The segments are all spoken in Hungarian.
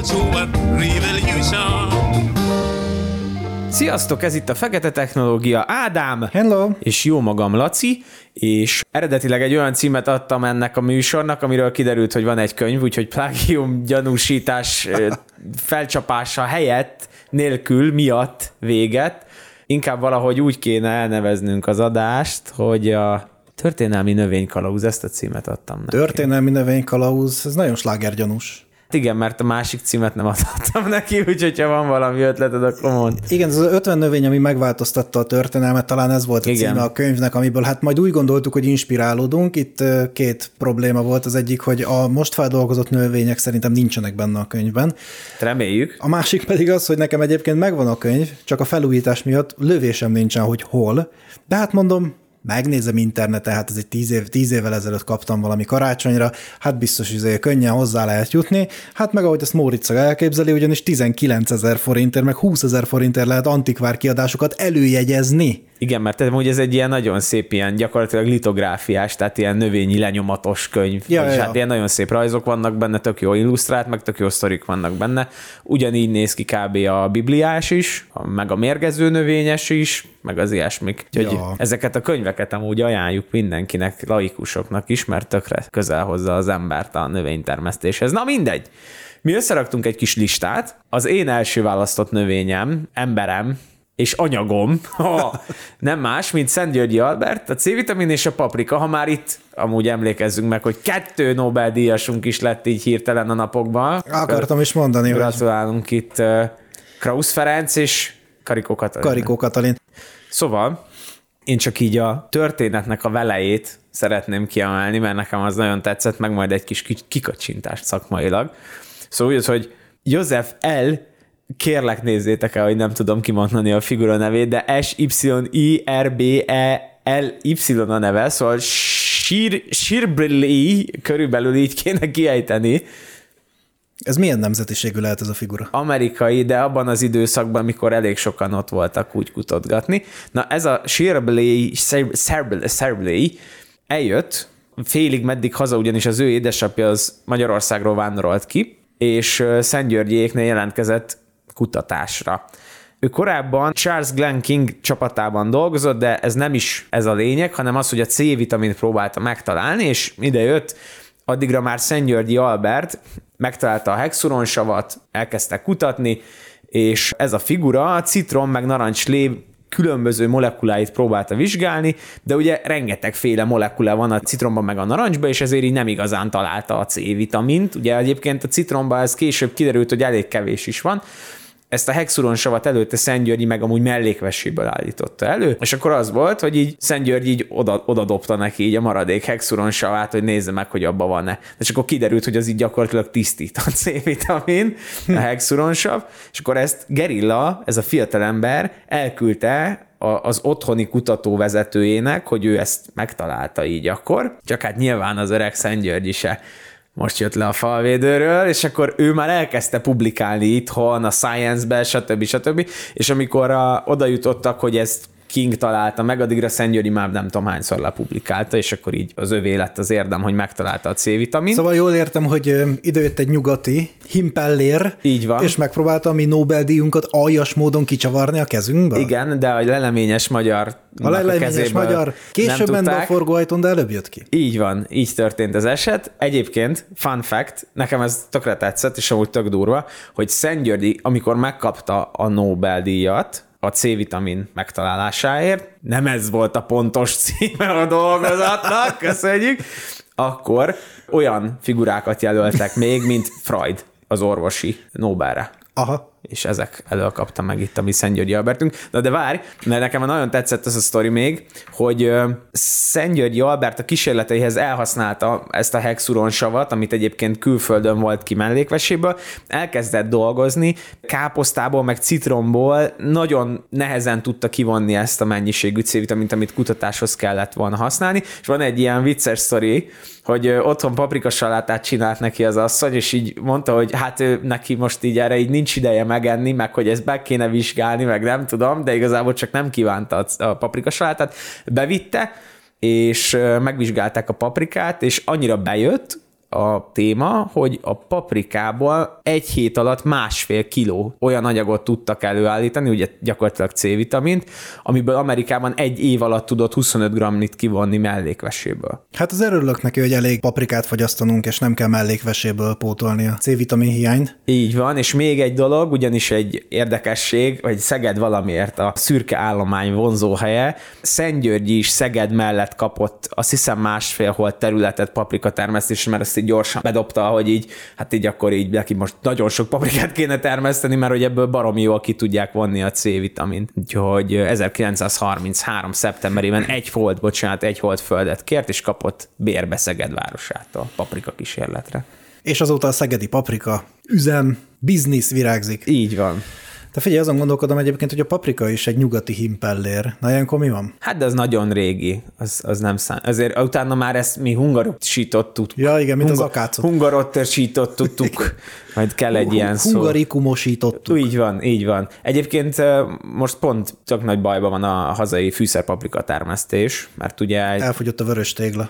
Sziasztok, ez itt a Fekete Technológia, Ádám, hello, és jó magam, Laci, és eredetileg egy olyan címet adtam ennek a műsornak, amiről kiderült, hogy van egy könyv, úgyhogy plágium gyanúsítás felcsapása helyett, miatt véget. Inkább valahogy úgy kéne elneveznünk az adást, hogy a Történelmi Növénykalauz, ezt a címet adtam neki. Történelmi Növénykalauz, ez nagyon slágergyanús. Igen, mert a másik címet nem adhattam neki, úgyhogy ha van valami ötleted, akkor mondd. Igen, ez az 50 növény, ami megváltoztatta a történelmet, talán ez volt a címe a könyvnek, amiből hát majd úgy gondoltuk, hogy inspirálódunk. Itt két probléma volt. Az egyik, hogy a most feldolgozott növények szerintem nincsenek benne a könyvben. Reméljük. A másik pedig az, hogy nekem egyébként megvan a könyv, csak a felújítás miatt lövésem nincsen, hogy hol. De hát mondom, megnézem interneten, hát ez egy 10 évvel ezelőtt kaptam valami karácsonyra, hát biztos, hogy könnyen hozzá lehet jutni. Hát meg ahogy ezt Móriczag elképzeli, ugyanis 19 000 forintért, meg 20 000 forintért lehet antikvár kiadásokat előjegyezni. Igen, mert amúgy ez egy ilyen nagyon szép, ilyen gyakorlatilag litográfiás, tehát ilyen növényi lenyomatos könyv. És hát ilyen nagyon szép rajzok vannak benne, tök jó illusztrált, meg tök jó sztorik vannak benne. Ugyanígy néz ki kb. A bibliás is, meg a mérgező növényes is, meg az ilyesmik. Úgyhogy ezeket a könyveket amúgy ajánljuk mindenkinek, laikusoknak is, mert tökre közel hozza az embert a növénytermesztéshez. Na mindegy! Mi összeraktunk egy kis listát. Az én első választott növényem, emberem, és anyagom, nem más, mint Szent-Györgyi Albert, a C-vitamin és a paprika, ha már itt amúgy emlékezzünk meg, hogy 2 Nobel-díjasunk is lett így hirtelen a napokban. Akartam is mondani. Gratulálunk itt Krausz Ferenc és Karikó Katalin. Szóval én csak így a történetnek a velejét szeretném kiemelni, mert nekem az nagyon tetszett, meg majd egy kis kikacsintást szakmailag. Szóval úgy, hogy József L., kérlek nézzétek el, hogy nem tudom kimondani a figura nevét, de S-Y-I-R-B-E-L-Y a neve, szóval Shirbli, körülbelül így kéne kiejteni. Ez milyen nemzetiségű lehet ez a figura? Amerikai, de abban az időszakban, amikor elég sokan ott voltak úgy kutatgatni. Na ez a Shirbli eljött, félig meddig haza, ugyanis az ő édesapja az Magyarországról vándorolt ki, és Szent-Györgyéknél jelentkezett kutatásra. Ő korábban Charles Glenn King csapatában dolgozott, de ez nem is ez a lényeg, hanem az, hogy a C-vitamint próbálta megtalálni, és ide jött, addigra már Szent-Györgyi Albert megtalálta a hexuronsavat, elkezdte kutatni, és ez a figura a citrom meg narancslé különböző molekuláit próbálta vizsgálni, de ugye rengetegféle molekula van a citromban meg a narancsban, és ezért így nem igazán találta a C-vitamint. Ugye egyébként a citromban ez később kiderült, hogy elég kevés is van. Ezt a hexuronsavat előtte Szent-Györgyi meg amúgy mellékveséből állította elő, és akkor az volt, hogy így Szent-Györgyi így oda dobta neki így a maradék hexuronsavát, hogy nézze meg, hogy abban van-e. És akkor kiderült, hogy az így gyakorlatilag tisztít a C-vitamin, a hexuronsav, és akkor ezt Gerilla, ez a fiatalember elküldte az otthoni kutatóvezetőjének, hogy ő ezt megtalálta így akkor, csak hát nyilván az öreg Szent-Györgyi se most jött le a falvédőről, és akkor ő már elkezdte publikálni itthon, a Science-be, stb. És amikor oda jutottak, hogy ezt King találta meg, addigra Szent-Györgyi már nem tudom hányszor lepublikálta, és akkor így az övé lett az érdem, hogy megtalálta a C-vitamin. Szóval jól értem, hogy idejött egy nyugati, Himpellér, így van. És megpróbálta a mi Nobel-díjunkat aljas módon kicsavarni a kezünkből? Igen, de a leleményes magyar később ment be a forgóajtón, de előbb jött ki. Így van, így történt az eset. Egyébként, fun fact, nekem ez tökre tetszett, és amúgy tök durva, hogy Szent-Györgyi, amikor megkapta a Nobel-díjat, a C-vitamin megtalálásáért, nem ez volt a pontos címe a dolgozatnak, köszönjük, akkor olyan figurákat jelöltek még, mint Freud, az orvosi Nobelre. Aha. És ezek elől kapta meg itt a mi Szent-Györgyi Albertünk. Na de várj, mert nekem nagyon tetszett ez a sztori még, hogy Szent-Györgyi Albert a kísérleteihez elhasználta ezt a hexuronsavat, amit egyébként külföldön volt ki mellékveséből, elkezdett dolgozni, káposztából meg citromból nagyon nehezen tudta kivonni ezt a mennyiségű C-vitamint, amit kutatáshoz kellett volna használni, és van egy ilyen vicces sztori, hogy otthon paprikasalátát csinált neki az asszony, és így mondta, hogy hát ő neki most így erre így nincs ideje megenni, meg hogy ezt be kéne vizsgálni, meg nem tudom, de igazából csak nem kívánta a paprikasalátát. Bevitte, és megvizsgálták a paprikát, és annyira bejött a téma, hogy a paprikából egy hét alatt 1,5 kiló olyan anyagot tudtak előállítani, ugye gyakorlatilag C-vitamint, amiből Amerikában egy év alatt tudott 25 grammit kivonni mellékveséből. Hát az örülök neki, hogy elég paprikát fogyasztanunk, és nem kell mellékveséből pótolni a C-vitamin hiányt. Így van, és még egy dolog, ugyanis egy érdekesség, hogy Szeged valamiért a szürke állomány vonzóhelye. Szentgyörgyi is Szeged mellett kapott, azt hiszem 1,5 holt területet paprikatermesztésre, mert ezt így gyorsan bedobta, hogy így, hát így akkor így neki most nagyon sok paprikát kéne termeszteni, mert hogy ebből baromi jól ki tudják vonni a C-vitamint. Úgyhogy 1933. szeptemberében egy holt földet kért, és kapott bérbe Szeged városától paprika kísérletre. És azóta a szegedi paprika üzem, biznisz virágzik. Így van. De figyelj, azon gondolkodom egyébként, hogy a paprika is egy nyugati himpellér. Na, ilyenkor mi van? Hát de az nagyon régi, az nem számít. Azért utána már ezt mi hungarosítottuk. Ja, igen, mint az akácot. Hungarottosítottuk, majd kell egy ilyen szó. Hungarikumosítottuk. Így van. Egyébként most pont csak nagy bajban van a hazai fűszerpaprika termesztés, mert ugye... Elfogyott a vörös tégla.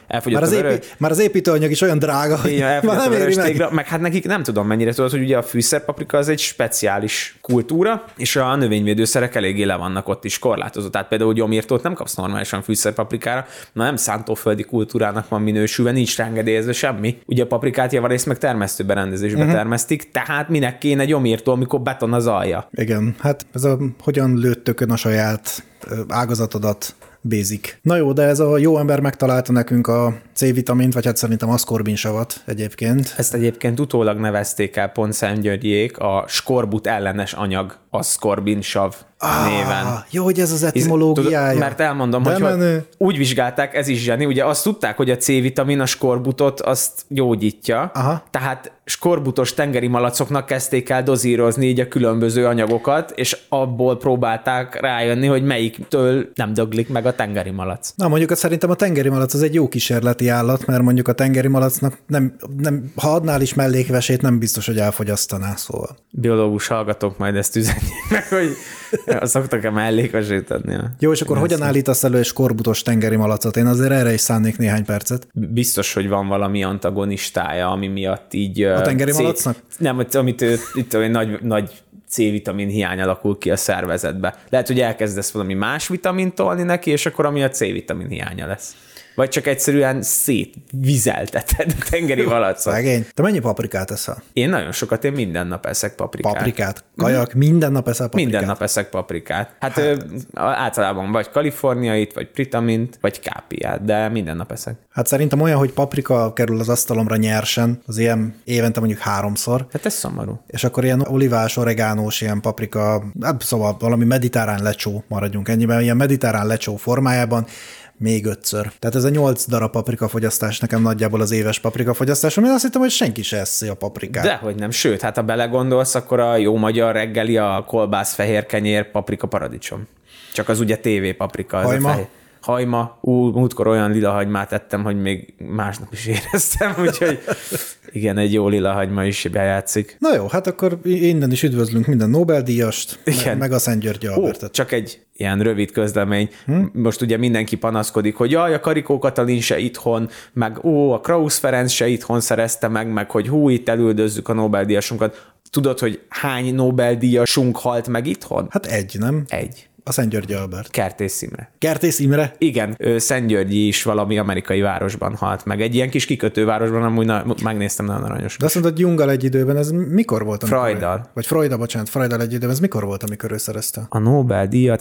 Már az építőanyag is olyan drága, hogy elfogyott a vörös tégla, meg hát nekik nem tudom mennyire tudod, hogy ugye a fűszerpaprika az egy speciális kultúra, és a növényvédőszerek eléggé le vannak ott is korlátozó. Tehát például gyomírtót nem kapsz normálisan fűszerpaprikára, nem szántóföldi kultúrának van minősülve, nincs rá engedélyezve semmi. Ugye a paprikát javarészt meg termesztőberendezésbe termesztik, tehát minek kéne gyomírtó, amikor beton az alja. Igen, hát ez a hogyan lőttökön a saját ágazatodat basic. Na jó, de ez a jó ember megtalálta nekünk a C-vitamint, vagy hát szerintem aszkorbinsavat egyébként. Ezt egyébként utólag nevezték el pont Szentgyörgyék a skorbut ellenes anyag aszkorbinsav néven. Jó, hogy ez az etimológiája. Mert elmondom, hogy úgy vizsgálták, ez is zseni, ugye azt tudták, hogy a C-vitamin a skorbutot azt gyógyítja, tehát skorbutos tengeri malacoknak kezdték el dozírozni így a különböző anyagokat, és abból próbálták rájönni, hogy melyiktől nem döglik meg a tengeri malac. Na mondjuk szerintem a tengeri malac az egy jó kísérleti állat, mert mondjuk a tengeri malacnak nem, ha adnál is mellékvesét, nem biztos, hogy elfogyasztaná, szóval. Biológus hallgatók majd ezt üzenjék meg, hogy szoktak-e mellékvesét adni. Jó, és akkor hogyan állítasz elő egy skorbutos tengeri malacot? Én azért erre is szánnék néhány percet. Biztos, hogy van valami antagonistája, ami miatt így... A tengeri malacnak? Nem, amit itt nagy C-vitamin hiány alakul ki a szervezetbe. Lehet, hogy elkezdesz valami más vitamint tolni neki, és akkor ami a C-vitamin hiánya lesz. Vagy csak egyszerűen szétvizelteted a tengeri malacot. Szegény. Te mennyi paprikát eszel? Én nagyon sokat, én minden nap eszek paprikát. Paprikát? Kajak? Minden nap eszel paprikát? Minden nap eszek paprikát. Hát általában vagy kaliforniait, vagy pritamint, vagy kápiát, de minden nap eszek. Hát szerintem olyan, hogy paprika kerül az asztalomra nyersen, az ilyen évente mondjuk 3-szor. Hát ez szomorú. És akkor ilyen olivás, oregánós, ilyen paprika, szóval valami mediterrán lecsó, maradjunk ennyiben, ilyen mediterrán lecsó formájában, még 5-ször. Tehát ez a 8 darab paprikafogyasztás nekem nagyjából az éves paprikafogyasztás, ami azt hittem, hogy senki se eszi a paprikát. Dehogy nem, sőt, hát ha belegondolsz, akkor a jó magyar reggeli a kolbász, fehér kenyér, paprika, paradicsom. Csak az ugye TV paprika. Az hajma. A fehér. Hajma. Múltkor olyan lilahagymát ettem, hogy még másnap is éreztem, úgyhogy igen, egy jó lilahagyma is bejátszik. Na jó, hát akkor innen is üdvözlünk minden Nobel-díjast, meg a Szentgyörgyi Albertet. Csak egy ilyen rövid közlemény. Most ugye mindenki panaszkodik, hogy jaj, a Karikó Katalin se itthon, meg a Krausz Ferenc se itthon szerezte meg hogy itt elüldözzük a Nobel-díjasunkat. Tudod, hogy hány Nobel-díjasunk halt meg itthon? Hát egy, nem? Egy. A Szentgyörgyi Albert. Kertész Imre. Kertész Imre? Igen, Szentgyörgyi is valami amerikai városban halt meg. Egy ilyen kis kikötővárosban, amúgy megnéztem, nagyon aranyos. De azt mondod, Junggal egy időben, ez mikor volt? Freuddal. Vagy Freuddal egy időben, ez mikor volt, amikor ő szerezte? A Nobel-díjat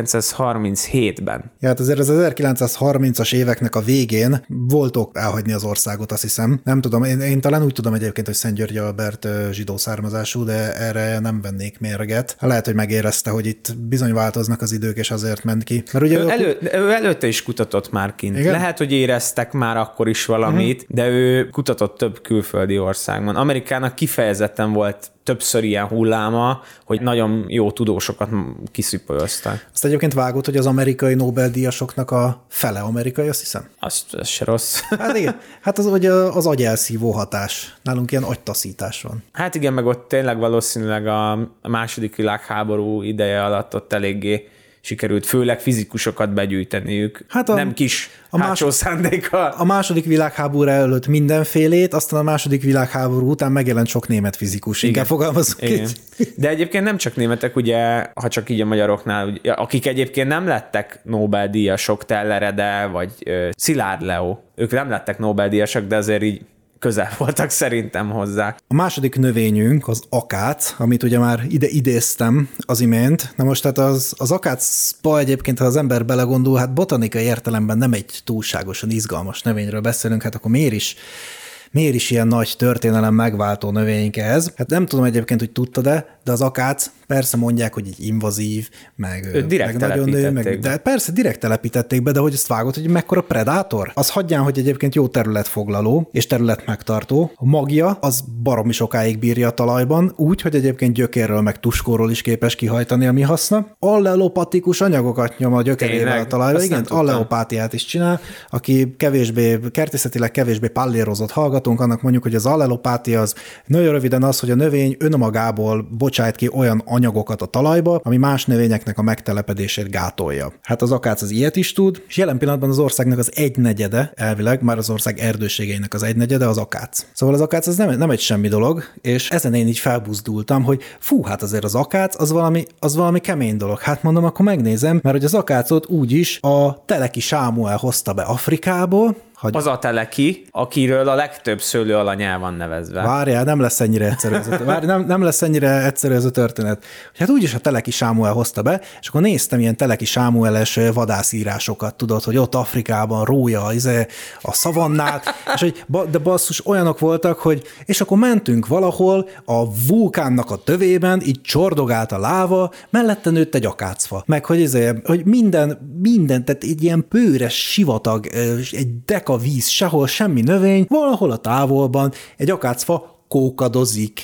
1937-ben. Ja, hát azért az 1930-as éveknek a végén volt ok elhagyni az országot, azt hiszem. Nem tudom, én talán úgy tudom egyébként, hogy Szentgyörgyi Albert zsidó származású, de erre nem vennék mérget. Lehet, hogy megérezte, hogy itt bizony változnak az idők, és azért ment ki. Mert ugye ő előtte is kutatott már kint. Igen? Lehet, hogy éreztek már akkor is valamit, de ő kutatott több külföldi országban. Amerikának kifejezetten volt többször ilyen hulláma, hogy nagyon jó tudósokat kiszipolozták. Azt egyébként vágott, hogy az amerikai Nobel-díjasoknak a fele amerikai, azt hiszem? Az se rossz. Hát igen, hát az agyelszívó hatás. Nálunk ilyen agytaszítás van. Hát igen, meg ott tényleg valószínűleg a második világháború ideje alatt ott eléggé sikerült főleg fizikusokat begyűjteniük. Hát nem kis hátsó szándékkal. A második világháború előtt mindenfélét, aztán a második világháború után megjelent sok német fizikus. Inkább fogalmazunk így. De egyébként nem csak németek, ugye, ha csak így a magyaroknál, ugye, akik egyébként nem lettek Nobel-díjasok, Tellerede, vagy Szilárd Leó, ők nem lettek Nobel-díjasok, de azért így közel voltak szerintem hozzá. A második növényünk az akác, amit ugye már idéztem az imént. Na most tehát az akácba egyébként, ha az ember belegondol, hát botanikai értelemben nem egy túlságosan izgalmas növényről beszélünk, hát akkor miért is ilyen nagy történelem megváltó növényünk ez? Hát nem tudom egyébként, hogy tudtad-e, de az akác persze mondják, hogy így invazív, meg nagyon nő, de persze direkt telepítették be, de hogy ezt vágod, hogy mekkora predátor? Az hagyján, hogy egyébként jó területfoglaló és terület megtartó. A magja az baromi sokáig bírja a talajban, úgy, hogy egyébként gyökérről meg tuskóról is képes kihajtani a mi haszna. Allelopatikus anyagokat nyom a gyökerével a talajba. Igen, allelopátiát is csinál, aki kertészetileg kevésbé pallérozott hallgatónk, annak mondjuk, hogy az allelopátia az nagyon röviden az, hogy a növény önmagából bocsájt ki olyan anyagokat a talajba, ami más növényeknek a megtelepedését gátolja. Hát az akác az ilyet is tud, és jelen pillanatban az országnak az 1/4, elvileg már az ország erdőségeinek az 1/4 az akác. Szóval az akác az nem egy semmi dolog, és ezen én így felbuzdultam, hogy fú, hát azért az akác az valami kemény dolog. Hát mondom, akkor megnézem, mert hogy az akácot úgyis a Teleki Sámuel hozta be Afrikából. Az a Teleki, akiről a legtöbb szőlőalany el van nevezve. Várjál, nem lesz ennyire egyszerű nem lesz ennyire egyszerű ez a történet. Hát úgyis a Teleki Sámuel hozta be, és akkor néztem ilyen Teleki Sámueles vadászírásokat, tudod, hogy ott Afrikában rója a szavannát, és hogy de basszus, olyanok voltak, hogy és akkor mentünk valahol a vulkánnak a tövében, így csordogált a láva, mellette nőtt egy akácfa. Meg hogy minden, tehát egy ilyen pőres sivatag, egy a víz, sehol semmi növény, valahol a távolban egy akácfa kókadozik.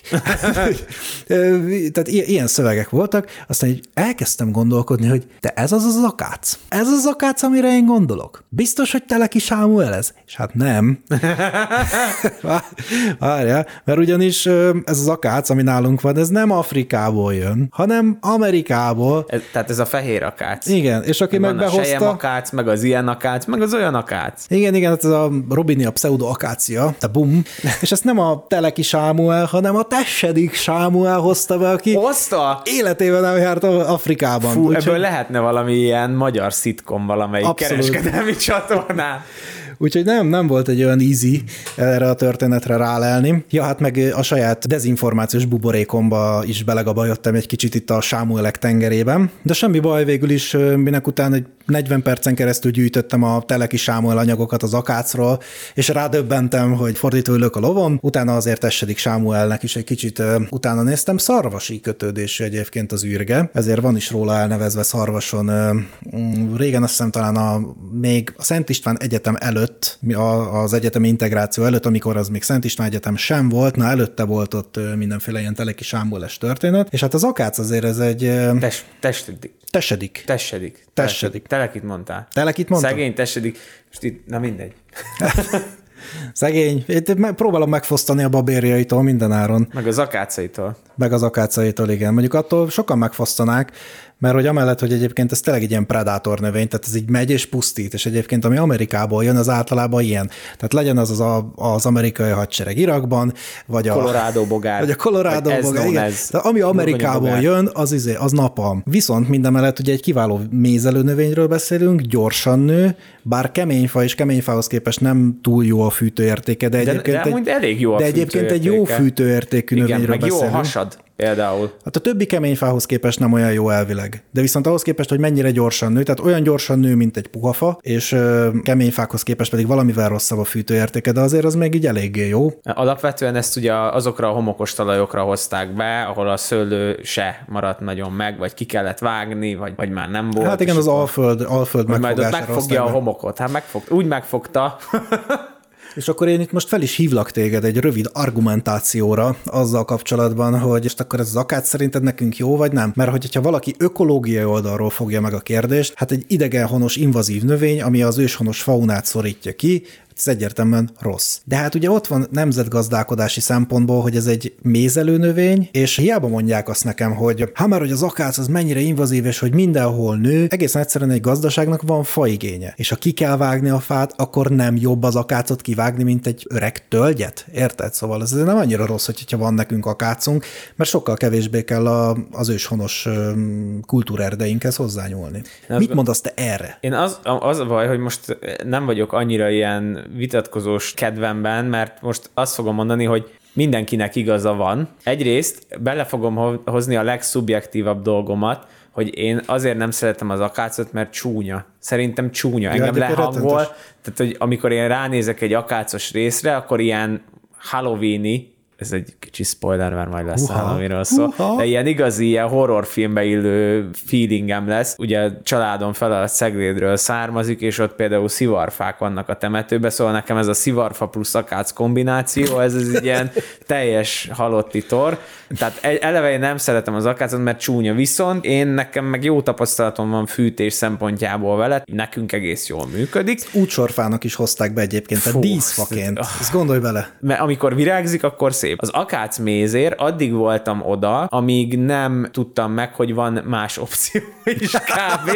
Tehát ilyen szövegek voltak, aztán így elkezdtem gondolkodni, hogy de ez az akác. Ez az akác, amire én gondolok. Biztos, hogy Teleki Sámuel ez? És hát nem. Várjál, mert ugyanis ez az akác, ami nálunk van, ez nem Afrikából jön, hanem Amerikából. Tehát ez a fehér akác. Igen, és aki meg behozta... Van a sejem akác, meg az ilyen akác, meg az olyan akác. Igen, hát ez a Robinia pseudo akácia, te bum, és ezt nem a Teleki Sámuel, hanem a tessedik Sámuel hozta be, aki életében nem járt Afrikában. Fú, ebből lehetne valami ilyen magyar szitkom valamelyik kereskedelmi csatornán. Úgyhogy nem volt egy olyan easy erre a történetre rálelni. Ja, hát meg a saját dezinformációs buborékomba is belegabajottam egy kicsit itt a Sámuelek tengerében, de semmi baj, végül is, minek után egy 40 percen keresztül gyűjtöttem a Teleki Sámuel anyagokat az akácról, és rádöbbentem, hogy fordítva ülök a lovon, utána azért tessedik Sámuelnek is egy kicsit utána néztem. Szarvasi kötődésű egyébként az űrge, ezért van is róla elnevezve Szarvason. Régen azt hiszem talán még a Szent István Egyetem előtt, az egyetemi integráció előtt, amikor az még Szent István Egyetem sem volt, na előtte volt ott mindenféle ilyen Teleki Sámueles történet, és hát az akác azért ez egy... Tessedik. Telekit mondtál. Telekit mondtam? Szegény tessedik. Most itt, na mindegy. Szegény. Próbálom megfosztani a babérjaitól mindenáron. Meg az akácaitól, igen. Mondjuk attól sokan megfosztanák, mert hogy amellett, hogy egyébként ez tényleg egy ilyen predátor növény, tehát ez így megy és pusztít, és egyébként ami Amerikából jön, az általában ilyen. Tehát legyen az amerikai hadsereg Irakban, vagy a Colorado bogár. Vagy a Colorado bogár, igen. Tehát ami Amerikából jön, az napalm. Viszont mindemellett ugye egy kiváló mézelőnövényről beszélünk, gyorsan nő, bár keményfa és keményfához képest nem túl jó a fűtőértéke, de egyébként egy jó fűtőértékű növényről beszélünk. Meg jó hasad. Például. Hát a többi keményfához képest nem olyan jó elvileg. De viszont ahhoz képest, hogy mennyire gyorsan nő, tehát olyan gyorsan nő, mint egy puhafa, és keményfákhoz képest pedig valamivel rosszabb a fűtőértéke, de azért az még így eléggé jó. Alapvetően ezt ugye azokra a homokos talajokra hozták be, ahol a szőlő se maradt nagyon meg, vagy ki kellett vágni, vagy már nem volt. Hát igen, az alföld megfogására. Majd ott megfogja a homokot. Hát úgy megfogta. És akkor én itt most fel is hívlak téged egy rövid argumentációra azzal kapcsolatban, hogy és akkor ez az akác szerinted nekünk jó, vagy nem? Mert hogyha valaki ökológiai oldalról fogja meg a kérdést, hát egy idegenhonos invazív növény, ami az őshonos faunát szorítja ki, Ez egyértelműen rossz. De hát ugye ott van nemzetgazdálkodási szempontból, hogy ez egy mézelőnövény, és hiába mondják azt nekem, hogy már hogy az akác az mennyire invazív, és hogy mindenhol nő, egészen egyszerűen egy gazdaságnak van faigénye. És ha ki kell vágni a fát, akkor nem jobb az akácot kivágni, mint egy öreg tölgyet? Érted? Szóval ez nem annyira rossz, hogyha van nekünk akácunk, mert sokkal kevésbé kell az őshonos kultúrerdeinkhez hozzányúlni. Mit mondasz te erre? Én az a baj, hogy most nem vagyok annyira ilyen vitatkozós kedvemben, mert most azt fogom mondani, hogy mindenkinek igaza van. Egyrészt bele fogom hozni a legszubjektívabb dolgomat, hogy én azért nem szeretem az akácot, mert csúnya. Szerintem csúnya. Engem lehangol. Tehát, hogy amikor én ránézek egy akácos részre, akkor ilyen Halloween-i, ez egy kicsi spoiler, már majd lesz valamiről szó, de ilyen igazi, ilyen horrorfilmbe illő feelingem lesz. Ugye családom fele a Szeglédről származik, és ott például szivarfák vannak a temetőben, szóval nekem ez a szivarfa plusz akác kombináció, ez egy ilyen teljes halotti tor. Tehát eleve én nem szeretem az akácot, mert csúnya, viszont nekem meg jó tapasztalatom van fűtés szempontjából vele, nekünk egész jól működik. Útsorfának is hozták be egyébként, a díszfaként. Ezt gondolj bele. Mert amikor virágzik, akkor szép. Az akác mézér, addig voltam oda, amíg nem tudtam meg, hogy van más opció is kb.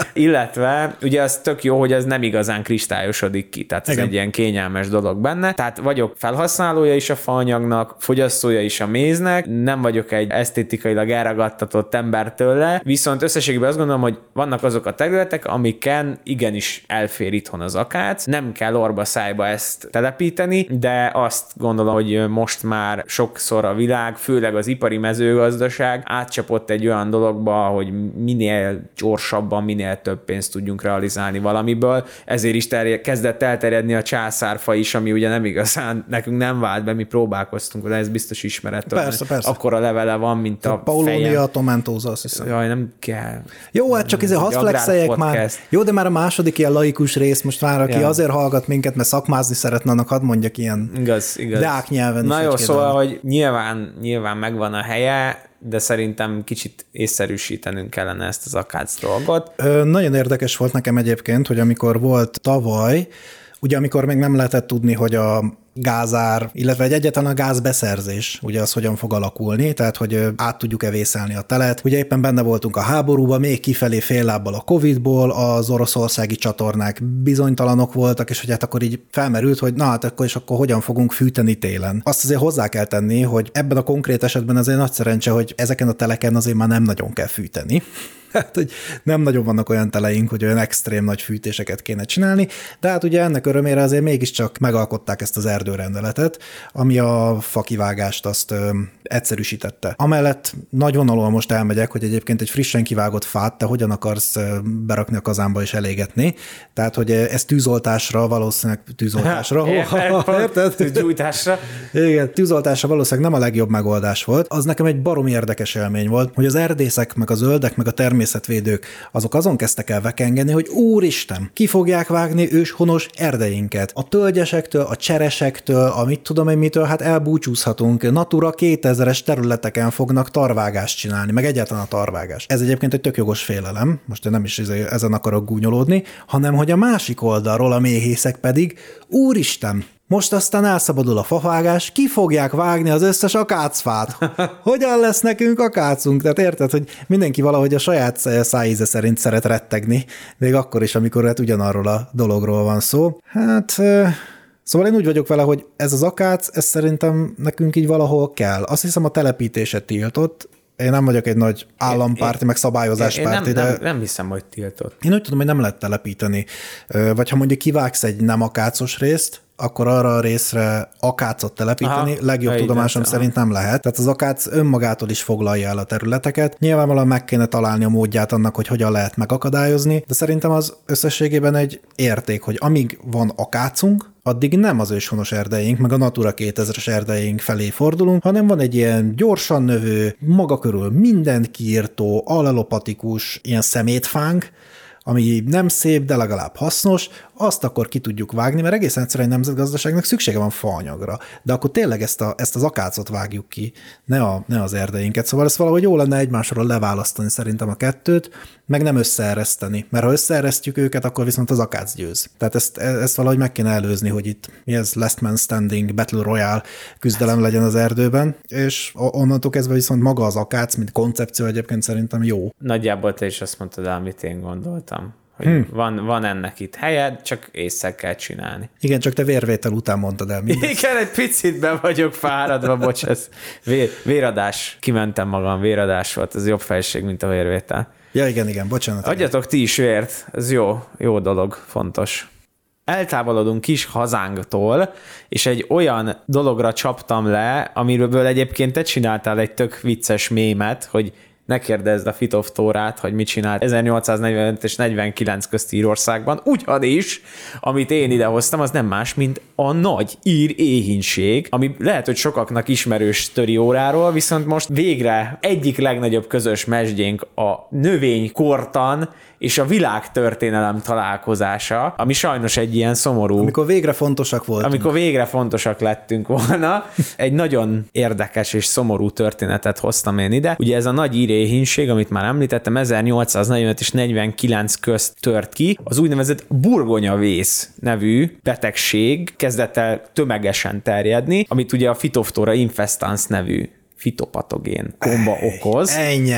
Illetve ugye az tök jó, hogy ez nem igazán kristályosodik ki, tehát ez egy ilyen kényelmes dolog benne. Tehát vagyok felhasználója is a faanyagnak, fogyasztója is a méznek, nem vagyok egy esztétikailag elragadtatott ember tőle, viszont összességében azt gondolom, hogy vannak azok a területek, amiken igenis elfér itthon az akác, nem kell orba szájba ezt telepíteni, de azt gondolom, hogy most már sokszor a világ, főleg az ipari mezőgazdaság átcsapott egy olyan dologba, hogy minél gyorsabban, minél több pénzt tudjunk realizálni valamiből, ezért is kezdett elterjedni a császárfa is, ami ugye nem igazán, nekünk nem vált be, mi próbálkoztunk, de ez biztos ismeret. Persze. Akkora levele van, mint a Paulonia tomentóza, azt hiszem. Jaj, nem kell. Jó, hát csak hadd flexeljek már. Jó, de már a második ilyen laikus rész most már, aki azért hallgat minket, mert szakmázni szeretne, annak hadd mondjak ilyen igaz. deáknyelven. Na jó, szóval, hogy nyilván megvan a helye, de szerintem kicsit észszerűsítenünk kellene ezt az akác dolgot. Nagyon érdekes volt nekem egyébként, hogy amikor volt tavaly, ugye amikor még nem lehetett tudni, hogy a gázár, illetve egyáltalán a gázbeszerzés, ugye az hogyan fog alakulni, tehát hogy át tudjuk-e vészelni a telet. Ugye éppen benne voltunk a háborúban, még kifelé fél lábbal a Covid-ból, az oroszországi csatornák bizonytalanok voltak, és hogy hát akkor így felmerült, hogy na hát akkor hogyan fogunk fűteni télen. Azt azért hozzá kell tenni, hogy ebben a konkrét esetben azért nagy szerencse, hogy ezeken a teleken azért már nem nagyon kell fűteni. Hát, hogy nem nagyon vannak olyan teleink, hogy olyan extrém nagy fűtéseket kéne csinálni, de hát ugye ennek örömére azért mégiscsak megalkották ezt az erdőrendeletet, ami a fakivágást azt egyszerűsítette. Amellett nagyvonalúan most elmegyek, hogy egyébként egy frissen kivágott fát te hogyan akarsz berakni a kazánba és elégetni. Tehát, hogy ez tűzoltásra, valószínűleg érted? Tűzgyújtásra. Igen, tűzoltásra valószínűleg nem a legjobb megoldás volt. Az nekem egy baromi érdekes élmény volt, hogy az erdészek, meg a zöldek, meg a természetvédők, azok azon kezdtek el vekengeni, hogy úristen, ki fogják vágni őshonos erdeinket. A tölgyesektől, a cseresektől, a mit tudom én mitől, hát elbúcsúzhatunk. Natura 2000-es területeken fognak tarvágást csinálni, meg egyáltalán a tarvágás. Ez egyébként egy tök jogos félelem, most én nem is ezen akarok gúnyolódni, hanem hogy a másik oldalról a méhészek pedig, úristen, most aztán elszabadul a favágás, ki fogják vágni az összes akácfát? Hogyan lesz nekünk akácunk? Tehát érted, hogy mindenki valahogy a saját szájíze szerint szeret rettegni, még akkor is, amikor hát ugyanarról a dologról van szó. Hát... Szóval én úgy vagyok vele, hogy ez az akác, ez szerintem nekünk így valahol kell. Azt hiszem a telepítése tiltott. Én nem vagyok egy nagy állampárti, meg szabályozáspárti, de... Nem hiszem, hogy tiltott. Én úgy tudom, hogy nem lehet telepíteni. Vagy ha mondjuk kivágsz egy nem akácos részt, akkor arra a részre akácot telepíteni, legjobb tudomásom szerint nem lehet. Tehát az akác önmagától is foglalja el a területeket. Nyilvánvalóan meg kéne találni a módját annak, hogy hogyan lehet megakadályozni, de szerintem az összességében egy érték, hogy amíg van akácunk, addig nem az őshonos erdeink, meg a Natura 2000-es erdeink felé fordulunk, hanem van egy ilyen gyorsan növő, maga körül mindent kiirtó, allelopatikus ilyen szemétfánk, ami nem szép, de legalább hasznos, azt akkor ki tudjuk vágni, mert egészen egyszerűen egy nemzetgazdaságnak szüksége van faanyagra. De akkor tényleg ezt az akácot vágjuk ki, ne az erdeinket. Szóval ez valahogy jó lenne egymásról leválasztani szerintem a kettőt, meg nem összeereszteni. Mert ha összeeresztjük őket, akkor viszont az akác győz. Tehát ezt valahogy meg kéne előzni, hogy itt mi ez Last Man Standing, Battle Royale küzdelem legyen az erdőben, és onnantól kezdve viszont maga az akác, mint koncepció egyébként szerintem jó. Nagyjából te is azt mondtad, amit én gondoltam. Hogy van ennek itt helye, csak észre kell csinálni. Igen, csak te vérvétel után mondtad el mindezt. Igen, egy picit be vagyok fáradva, bocs, ez véradás. Kimentem magam, véradás volt, ez jobb fejség, mint a vérvétel. Ja, igen, bocsánat. Adjatok ti is vért, ez jó dolog, fontos. Eltávolodunk kis hazánktól, és egy olyan dologra csaptam le, amiről egyébként te csináltál egy tök vicces mémet, hogy ne kérdezd a Fit of Tórát, hogy mit csinált 1845 és 49 közt Írországban, ugyanis, amit én idehoztam, az nem más, mint a nagy ír éhínség, ami lehet, hogy sokaknak ismerős sztorióráról, viszont most végre egyik legnagyobb közös mesdjénk a növénykortan és a világtörténelem találkozása, ami sajnos egy ilyen szomorú... Amikor végre fontosak voltunk. Amikor végre fontosak lettünk volna. Egy nagyon érdekes és szomorú történetet hoztam én ide. Ugye ez a nagy ír éhínség, amit már említettem, 1845 és 49 közt tört ki. Az úgynevezett burgonyavész nevű betegség kezdett el tömegesen terjedni, amit ugye a Phytophthora infestans nevű fitopatogén gomba okoz. Ennyi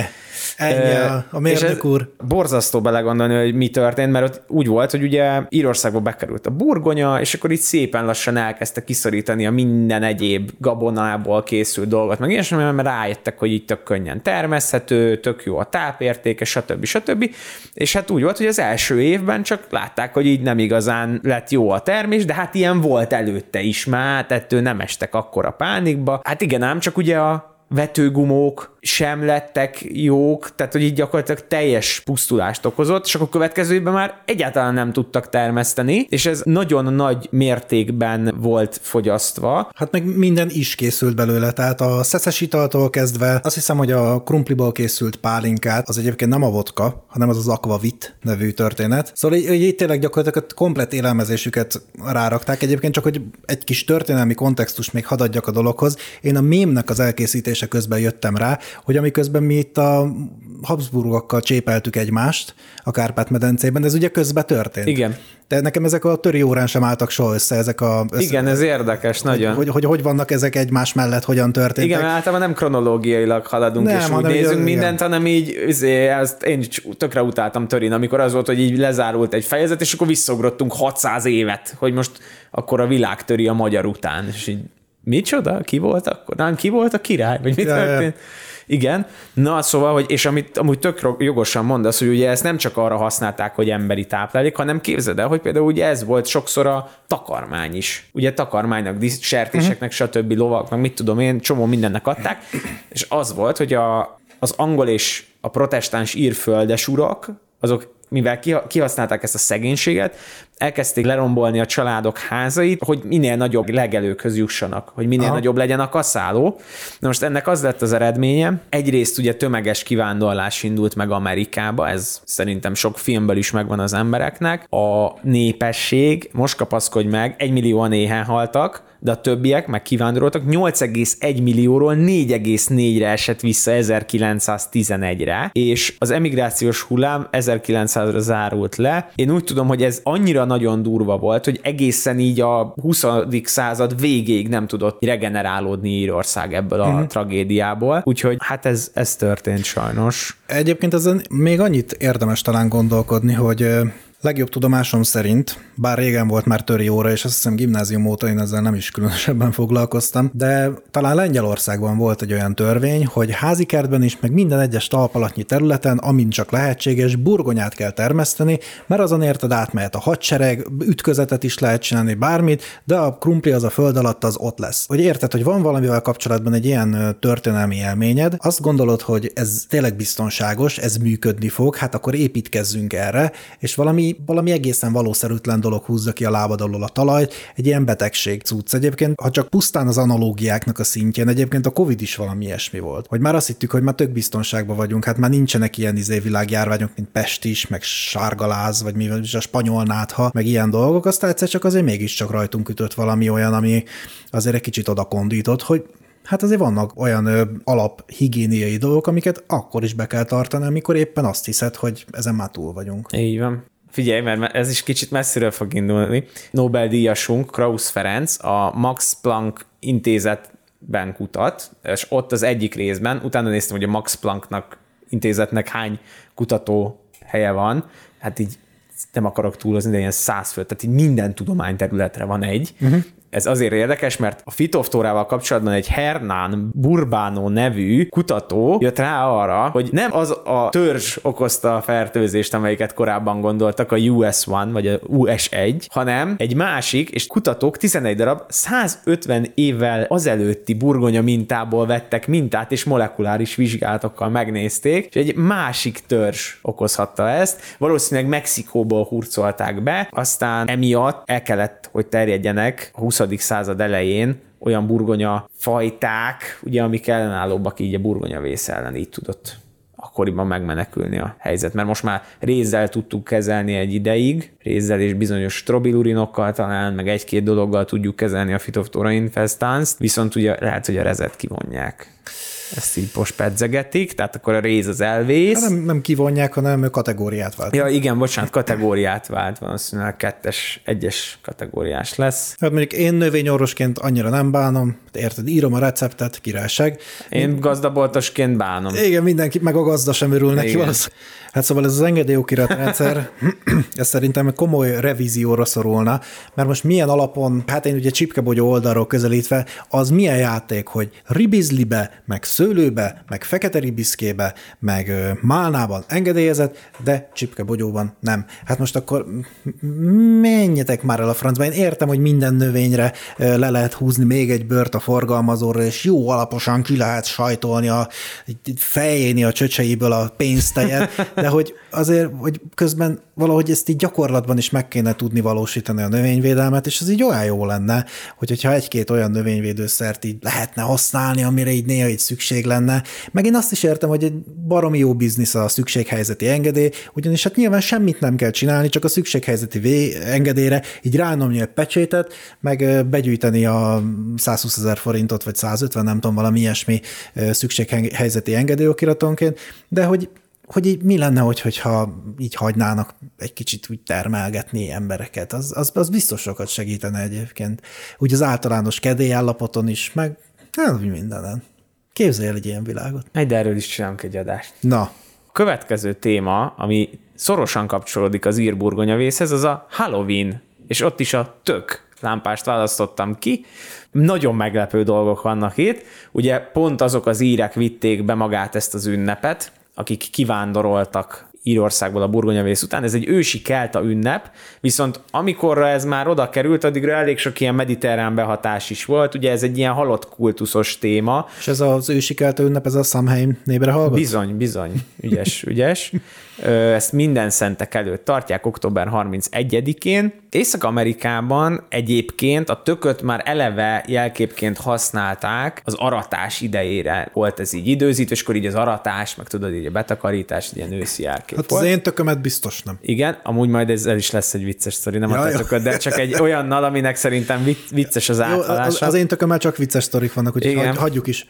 a mérnök úr. Borzasztó belegondolni, hogy mi történt, mert ott úgy volt, hogy ugye Írországba bekerült a burgonya, és akkor itt szépen lassan elkezdte kiszorítani a minden egyéb gabonából készült dolgot, meg ilyesmi, mert rájöttek, hogy itt tök könnyen termeszthető, tök jó a tápértéke, stb. És hát úgy volt, hogy az első évben csak látták, hogy így nem igazán lett jó a termés, de hát ilyen volt előtte is már, ettől nem estek akkora pánikba. Hát igen, ám csak ugye a vetőgumók sem lettek jók, tehát hogy így gyakorlatilag teljes pusztulást okozott, és akkor következő évben már egyáltalán nem tudtak termeszteni, és ez nagyon nagy mértékben volt fogyasztva. Hát meg minden is készült belőle, tehát a szeszes italtól kezdve, azt hiszem, hogy a krumpliból készült pálinkát, az egyébként nem a vodka, hanem az aquavit nevű történet. Szóval így tényleg gyakorlatilag a komplett élelmezésüket rárakták. Egyébként csak, hogy egy kis történelmi kontextust még hadd adjak a dologhoz. Én a mémnek az elkészítése közben jöttem rá, hogy amiközben mi itt a Habsburgokkal csépeltük egymást a Kárpát-medencében, ez ugye közben történt. Igen. De nekem ezek a töri órán sem álltak soha össze, Igen, ez érdekes, nagyon. Hogy vannak ezek egymás mellett, hogyan történtek. Igen, általában nem kronológiailag haladunk, és úgy nézünk mindent, hanem így, ezt én tökre utáltam törin, amikor az volt, hogy így lezárult egy fejezet, és akkor visszaugrottunk 600 évet, hogy most akkor a világ töri a magyar után, és így micsoda? Ki volt akkor? Nem, ki volt a király? Vagy mi történt? Igen. Na, szóval, hogy, és amit amúgy tök jogosan mondasz, hogy ugye ezt nem csak arra használták, hogy emberi táplálék, hanem képzeld el, hogy például ugye ez volt sokszor a takarmány is. Ugye takarmánynak, sertéseknek, stb. Lovaknak, mit tudom én, csomó mindennek adták, és az volt, hogy az angol és a protestáns írföldes urak, azok mivel kihasználták ezt a szegénységet, elkezdték lerombolni a családok házait, hogy minél nagyobb legelőkhöz jussanak, hogy minél nagyobb legyen a kaszáló. Na most ennek az lett az eredménye. Egyrészt ugye tömeges kivándorlás indult meg Amerikába, ez szerintem sok filmből is megvan az embereknek. A népesség, most kapaszkodj meg, 1 millióan éhen haltak, de a többiek meg kivándoroltak, 8,1 millióról 4,4-re esett vissza 1911-re, és az emigrációs hullám 1900-ra zárult le. Én úgy tudom, hogy ez annyira nagyon durva volt, hogy egészen így a 20. század végéig nem tudott regenerálódni Írország ebből a tragédiából. Úgyhogy hát ez történt sajnos. Egyébként ezen még annyit érdemes talán gondolkodni, hogy legjobb tudomásom szerint, bár régen volt már töri óra, és azt hiszem gimnázium óta én ezzel nem is különösebben foglalkoztam, de talán Lengyelországban volt egy olyan törvény, hogy házikertben is, meg minden egyes talpalatnyi területen, amint csak lehetséges, burgonyát kell termeszteni, mert azon érted átmehet a hadsereg, ütközetet is lehet csinálni, bármit, de a krumpli az a föld alatt az ott lesz. Hogy érted, hogy van valamivel kapcsolatban egy ilyen történelmi élményed, azt gondolod, hogy ez tényleg biztonságos, ez működni fog, hát akkor építkezzünk erre, és valami valami egészen valószerűtlen dolog húzza ki a lábad alól a talajt, egy ilyen betegség cucc. Egyébként, ha csak pusztán az analógiáknak a szintjén, egyébként a Covid is valami ilyesmi volt. Hogy már azt hittük, hogy már tök biztonságban vagyunk, hát már nincsenek ilyen világjárványok, mint pestis, meg sárgaláz, vagy mi a spanyol nátha, meg ilyen dolgok, aztán egyszer csak azért mégiscsak rajtunk ütött valami olyan, ami azért egy kicsit oda kondított, hogy hát azért vannak olyan alaphigiéniai dolgok, amiket akkor is be kell tartani, amikor éppen azt hiszed, hogy ezen már túl vagyunk. Így van. Figyelj, mert ez is kicsit messziről fog indulni. Nobel-díjasunk, Krausz Ferenc, a Max Planck intézetben kutat, és ott az egyik részben, utána néztem, hogy a Max Plancknak intézetnek hány kutató helye van, hát így nem akarok túlozni, de ilyen 100 fő, tehát így minden tudományterületre van egy. Ez azért érdekes, mert a fitoftórával kapcsolatban egy Hernán Burbano nevű kutató jött rá arra, hogy nem az a törzs okozta a fertőzést, amelyiket korábban gondoltak, a US1 vagy a US1, hanem egy másik, és kutatók 11 darab 150 évvel azelőtti burgonya mintából vettek mintát, és molekuláris vizsgálatokkal megnézték, és egy másik törzs okozhatta ezt. Valószínűleg Mexikóból hurcolták be, aztán emiatt el kellett, hogy terjedjenek a 20. század elején olyan burgonya fajták, ugye, amik ellenállóbbak így a burgonyavész ellen, így tudott akkoriban megmenekülni a helyzet, mert most már rézzel tudtuk kezelni egy ideig, rézzel és bizonyos strobilurinokkal talán, meg egy-két dologgal tudjuk kezelni a Phytophthora infestans, viszont ugye lehet, hogy a rezet kivonják. Ezt így most pedzegetik, tehát akkor a réz az elvész. Hát nem kivonják, hanem kategóriát vált. Ja, igen, bocsánat, kategóriát vált, valószínűleg 2-es, 1-es kategóriás lesz. Hát mondjuk én növényorvosként annyira nem bánom, érted, írom a receptet, királyság. Én gazdaboltosként bánom. Igen, mindenki, meg a gazda sem örül neki valószínűleg. Hát szóval ez az engedélyokiratrendszer, ez szerintem komoly revízióra szorulna, mert most milyen alapon, hát én ugye csipkebogyó oldalról közelítve, az milyen játék, hogy ribizlibe, meg szőlőbe, meg fekete ribiszkébe, meg málnában engedélyezett, de csipkebogyóban nem. Hát most akkor menjetek már el a francba. Én értem, hogy minden növényre le lehet húzni még egy bört a forgalmazóra, és jó alaposan ki lehet sajtolni fejéni a csöcseiből a pénztejet, de hogy azért, hogy közben valahogy ezt így gyakorlatban is meg kéne tudni valósítani a növényvédelmet, és az így olyan jó lenne, hogyha egy-két olyan növényvédőszert így lehetne használni, amire így néha így szükség lenne. Meg én azt is értem, hogy egy baromi jó biznisz a szükséghelyzeti engedély, ugyanis hát nyilván semmit nem kell csinálni, csak a szükséghelyzeti engedélyre így ránomni egy pecsétet, meg begyűjteni a 120 000 forintot, vagy 150, nem tudom, valami ilyesmi szükséghelyzeti engedélyokiratonként, de hogy így mi lenne, hogyha így hagynának egy kicsit úgy termelgetni embereket. Az biztos sokat segítene egyébként. Úgy az általános kedélyállapoton is, meg úgy mindenen. Képzelj el egy ilyen világot. De erről is csinálunk egy adást. Na. A következő téma, ami szorosan kapcsolódik az ír burgonyavészhez, az a Halloween, és ott is a tök lámpást választottam ki. Nagyon meglepő dolgok vannak itt. Ugye pont azok az írek vitték be magát ezt az ünnepet, akik kivándoroltak Írországból a burgonyavész után. Ez egy ősi kelta ünnep, viszont amikorra ez már oda került, addigra elég sok ilyen mediterrán behatás is volt. Ugye ez egy ilyen halott kultuszos téma. És ez az ősi kelta ünnep, ez a Samhain névre hallgat? Bizony. Ügyes. Ezt minden szentek előtt tartják október 31-én. Észak-Amerikában egyébként a tököt már eleve jelképként használták, az aratás idejére volt ez így időzítve, és akkor így az aratás, meg tudod, így a betakarítás, egy ilyen őszi jelkép hát volt. Az én tökömet biztos nem. Igen, amúgy majd ezzel is lesz egy vicces sztori, nem a tököt, de csak egy olyannal, aminek szerintem vicces az áthalása. Az én tökömmel csak vicces sztorik vannak, úgyhogy hagyjuk is.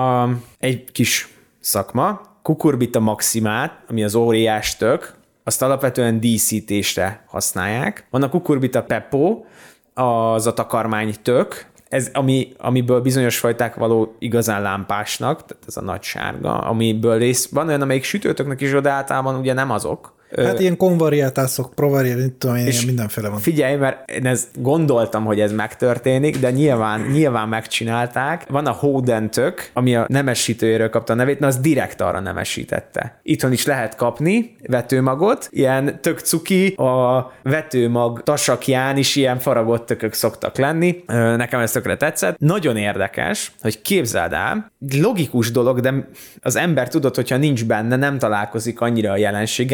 Egy kis szakma, Cucurbita maximát, ami az óriás tök, azt alapvetően díszítésre használják. Van a Cucurbita pepo, az a takarmány tök, ez amiből bizonyos fajták való igazán lámpásnak, tehát ez a nagy sárga, amiből van olyan, amelyik sütőtöknek is, de általában ugye nem azok. Hát ilyen konvariátások, mindenféle van. Figyelj, mert én ezt gondoltam, hogy ez megtörténik, de nyilván megcsinálták. Van a Hoden tök, ami a nemesítőjéről kapta a nevét, az direkt arra nemesítette. Itthon is lehet kapni vetőmagot, ilyen tök cuki, a vetőmag tasakján is ilyen faragott tökök szoktak lenni. Nekem ez tökre tetszett. Nagyon érdekes, hogy képzeld el, logikus dolog, de az ember tudod, hogyha nincs benne, nem találkozik annyira a jelenséggel, mert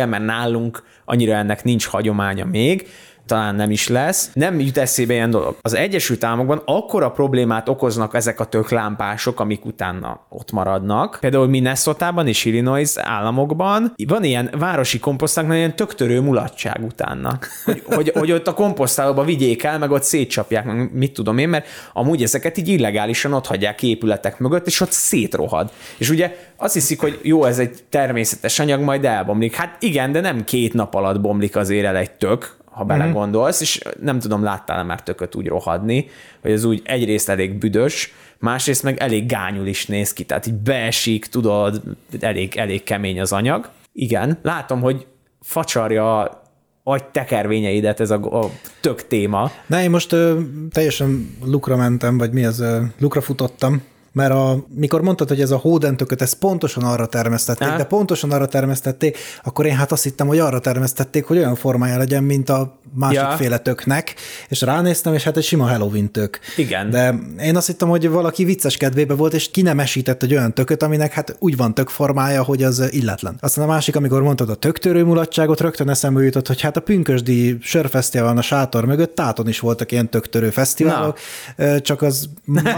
nálunk annyira ennek nincs hagyománya még, talán nem is lesz. Nem jut eszébe ilyen dolog. Az Egyesült Államokban akkora problémát okoznak ezek a töklámpások, amik utána ott maradnak. Például Minnesotában és Illinois államokban van ilyen városi komposztáknál ilyen töktörő mulatság utána. Hogy ott a komposztálóba vigyék el, meg ott szétcsapják, meg mit tudom én, mert amúgy ezeket így illegálisan ott hagyják épületek mögött, és ott szétrohad. És ugye azt hiszik, hogy jó, ez egy természetes anyag, majd elbomlik. Hát igen, de nem 2 nap alatt bomlik azért el egy tök, ha belegondolsz, és nem tudom, láttál már tököt úgy rohadni, hogy ez úgy egyrészt elég büdös, másrészt meg elég gányul is néz ki, tehát így beesik, tudod, elég kemény az anyag. Igen, látom, hogy facsarja agy tekervényeidet ez a tök téma. Na, én most teljesen lukra mentem, vagy mi az, lukra futottam, mert mikor mondtad, hogy ez a hódentököt, ezt pontosan arra termesztették, de pontosan arra termesztették, akkor én hát azt hittem, hogy arra termesztették, hogy olyan formája legyen, mint a másikféle töknek, és ránéztem, és hát egy sima Halloween tök. Igen. De én azt hittem, hogy valaki vicces kedvébe volt, és kinemesített egy olyan tököt, aminek hát úgy van tök formája, hogy az illetlen. Aztán a másik, amikor mondtad a töktörő mulatságot, rögtön eszembe jutott, hogy hát a pünkösdi sörfesztiválon a sátor mögött Táton is voltak ilyen töktörő fesztiválok, csak az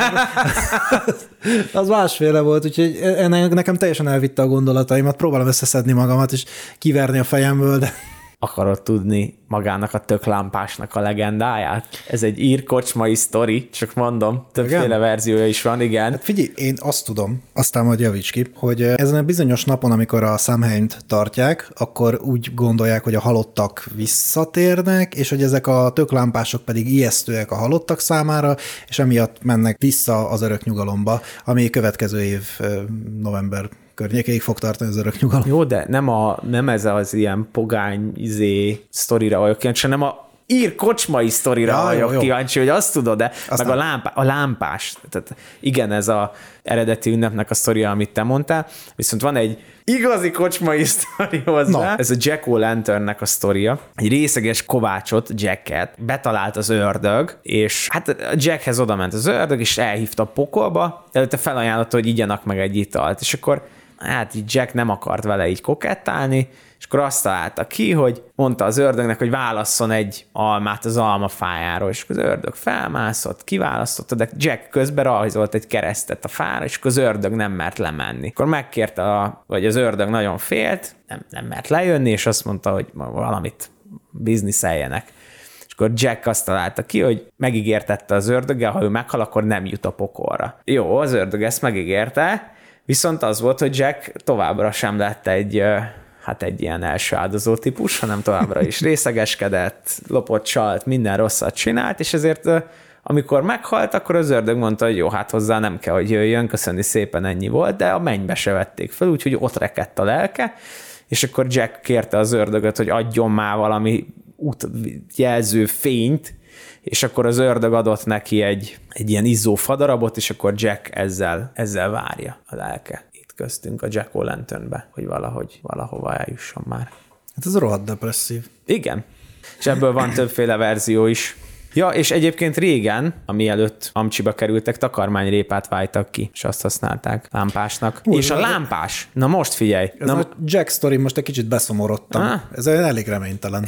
az másféle volt, úgyhogy nekem teljesen elvitte a gondolataimat, próbálom összeszedni magamat, és kiverni a fejemből, de... Akarod tudni magának a töklámpásnak a legendáját? Ez egy ír kocsmai sztori, csak mondom, többféle verziója is van, igen. Hát figyelj, én azt tudom, aztán majd javíts ki, hogy ezen a bizonyos napon, amikor a Samhaint tartják, akkor úgy gondolják, hogy a halottak visszatérnek, és hogy ezek a töklámpások pedig ijesztőek a halottak számára, és emiatt mennek vissza az örök nyugalomba, ami következő év november környékéig fog tartani az örök nyugalom. Jó, de nem ez az ilyen pogány sztorira vagyok kíváncsi, hanem a ír kocsmai sztorira vagyok kíváncsi, hogy azt tudod, de aztán... meg a lámpás. Tehát igen, ez az eredeti ünnepnek a sztoria, amit te mondtál, viszont van egy igazi kocsmai sztori hozzá. Ez a Jack O'Lanternnek a sztoria. Egy részeges kovácsot, Jacket, betalált az ördög, és hát Jackhez odament az ördög, és elhívta a pokolba, előtte felajánlotta, hogy igyanak meg egy italt, és akkor hát így Jack nem akart vele így kokettálni, és akkor azt találta ki, hogy mondta az ördögnek, hogy válasszon egy almát az almafájáról, és az ördög felmászott, kiválasztotta, de Jack közben rajzolt egy keresztet a fára, és akkor az ördög nem mert lemenni. Akkor megkérte, vagy az ördög nagyon félt, nem mert lejönni, és azt mondta, hogy valamit bizniszeljenek. És akkor Jack azt találta ki, hogy megígértette az ördöggel, ha ő meghal, akkor nem jut a pokolra. Jó, az ördög ezt megígérte, viszont az volt, hogy Jack továbbra sem lett egy ilyen első áldozó típus, hanem továbbra is részegeskedett, lopott, csalt, minden rosszat csinált, és ezért amikor meghalt, akkor az ördög mondta, hogy jó, hát hozzá nem kell, hogy jöjjön, köszönni szépen, ennyi volt, de a mennybe se vették fel, úgyhogy ott rekedt a lelke, és akkor Jack kérte az ördögöt, hogy adjon már valami útjelző fényt, és akkor az ördög adott neki egy ilyen izzó fadarabot, és akkor Jack ezzel várja a lelke. Itt köztünk a Jack O'Lanternbe, hogy valahova eljusson már. Hát ez rohadt depresszív. Igen. És ebből van többféle verzió is. Ja, és egyébként régen, mielőtt Amcsiba kerültek, takarmányrépát vájtak ki, és azt használták lámpásnak. És a lámpás, na most figyelj. Ez a Jack sztori, most egy kicsit beszomorodtam. Ez elég reménytelen.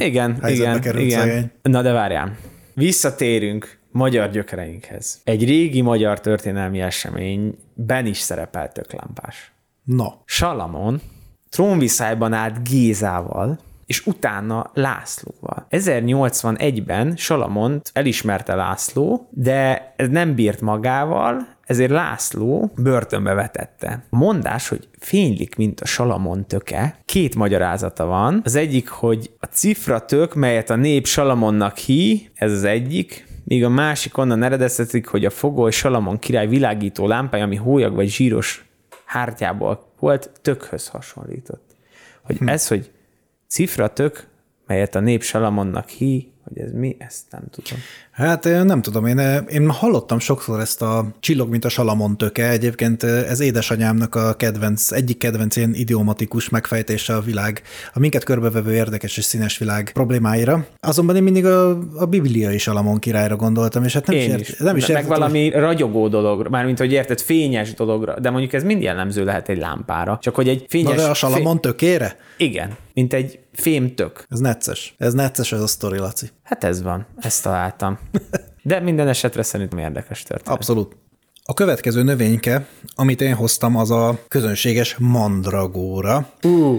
Igen. Na de várjál. Visszatérünk magyar gyökereinkhez. Egy régi magyar történelmi eseményben is szerepelt töklámpás. No. Salamon trónviszályban állt Gézával, és utána Lászlóval. 1081-ben Salamont elismerte László, de ez nem bírt magával, ezért László börtönbe vetette. A mondás, hogy fénylik, mint a Salamon töke, 2 magyarázata van. Az egyik, hogy a cifra tök, melyet a nép Salamonnak hí, ez az egyik, míg a másik onnan eredeztetik, hogy a fogoly Salamon király világító lámpája, ami hólyag vagy zsíros hártyából volt, tökhöz hasonlított. Hogy ez, hogy cifra tök, melyet a nép Salamonnak hí, hogy ez mi, ezt nem tudom. Hát nem tudom, én hallottam sokszor ezt a csillog, mint a salamon töke, egyébként ez édesanyámnak egyik kedvenc ilyen idiomatikus megfejtése a minket körbevevő érdekes és színes világ problémáira. Azonban én mindig a bibliai Salamon királyra gondoltam, és hát nem is meg valami ragyogó dologra, mármint, hogy érted, fényes dologra, de mondjuk ez mind jellemző lehet egy lámpára. Csak hogy egy fényes... Na de a Salamon tökére? Igen, mint egy fémtök. Ez necces. Ez necces ez a sztori, Laci. Hát ez van, ezt találtam. De minden esetre szerintem érdekes történet. Abszolút. A következő növényke, amit én hoztam, az a közönséges mandragóra.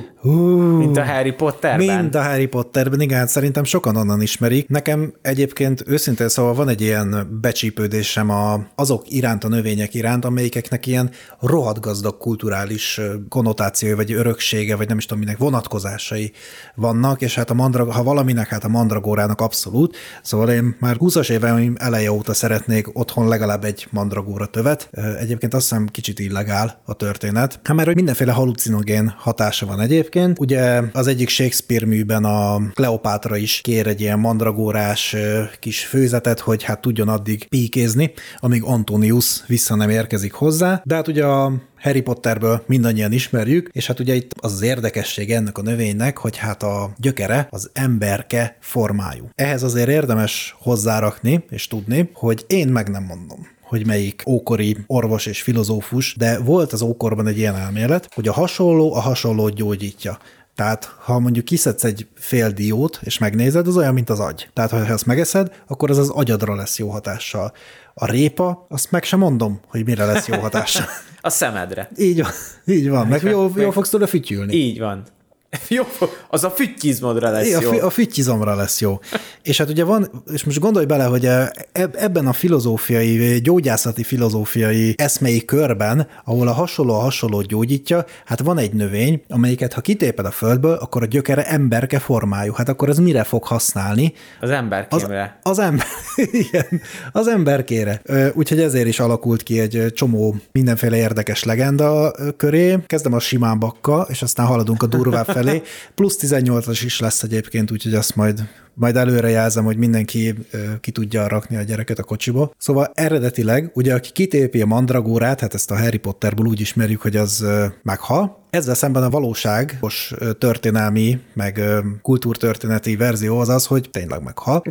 Mint a Harry Potterben. Mint a Harry Potterben, igen, szerintem sokan onnan ismerik. Nekem egyébként őszintén szóval van egy ilyen becsípődésem azok iránt, a növények iránt, amelyikeknek ilyen rohadt gazdag kulturális konnotációi, vagy öröksége, vagy nem is tudom minek vonatkozásai vannak, és hát ha valaminek, hát a mandragórának abszolút. Szóval én már 20-as éveim eleje óta szeretnék otthon legalább egy mandragóra tövet. Egyébként azt hiszem kicsit illegál a történet. Hát mert hogy mindenféle halucinogén hatása van egyébként. Ugye az egyik Shakespeare műben a Kleopátra is kér egy ilyen mandragórás kis főzetet, hogy hát tudjon addig píkézni, amíg Antonius vissza nem érkezik hozzá. De hát ugye a Harry Potterből mindannyian ismerjük, és hát ugye itt az érdekesség ennek a növénynek, hogy hát a gyökere az emberke formájú. Ehhez azért érdemes hozzárakni és tudni, hogy én meg nem mondom, hogy melyik ókori orvos és filozófus, de volt az ókorban egy ilyen elmélet, hogy a hasonlót gyógyítja. Tehát, ha mondjuk kiszedsz egy fél diót, és megnézed, az olyan, mint az agy. Tehát, ha ezt megeszed, akkor az agyadra lesz jó hatással. A répa, azt meg sem mondom, hogy mire lesz jó hatással. A szemedre. Így van. Meg jól fogsz tőle fütyülni. Így van. Jó, az a füttyizmodra lesz jó. A füttyizomra lesz jó. És hát ugye van, és most gondolj bele, hogy ebben a gyógyászati filozófiai eszmei körben, ahol a hasonlót gyógyítja, hát van egy növény, amelyiket ha kitéped a földből, akkor a gyökere emberke formájú. Hát akkor ez mire fog használni? Az emberkémre. Igen, az emberkére. Úgyhogy ezért is alakult ki egy csomó mindenféle érdekes legenda köré. Kezdem a simábbakka, és aztán haladunk a durvább felé. Plusz 18-as is lesz egyébként, úgyhogy azt majd előrejelzem, hogy mindenki ki tudja rakni a gyereket a kocsiba. Szóval eredetileg, ugye aki kitépi a mandragórát, hát ezt a Harry Potterből úgy ismerjük, hogy az meghal. Ezzel szemben a valóságos történelmi, meg kultúrtörténeti verzió az, hogy tényleg meghal.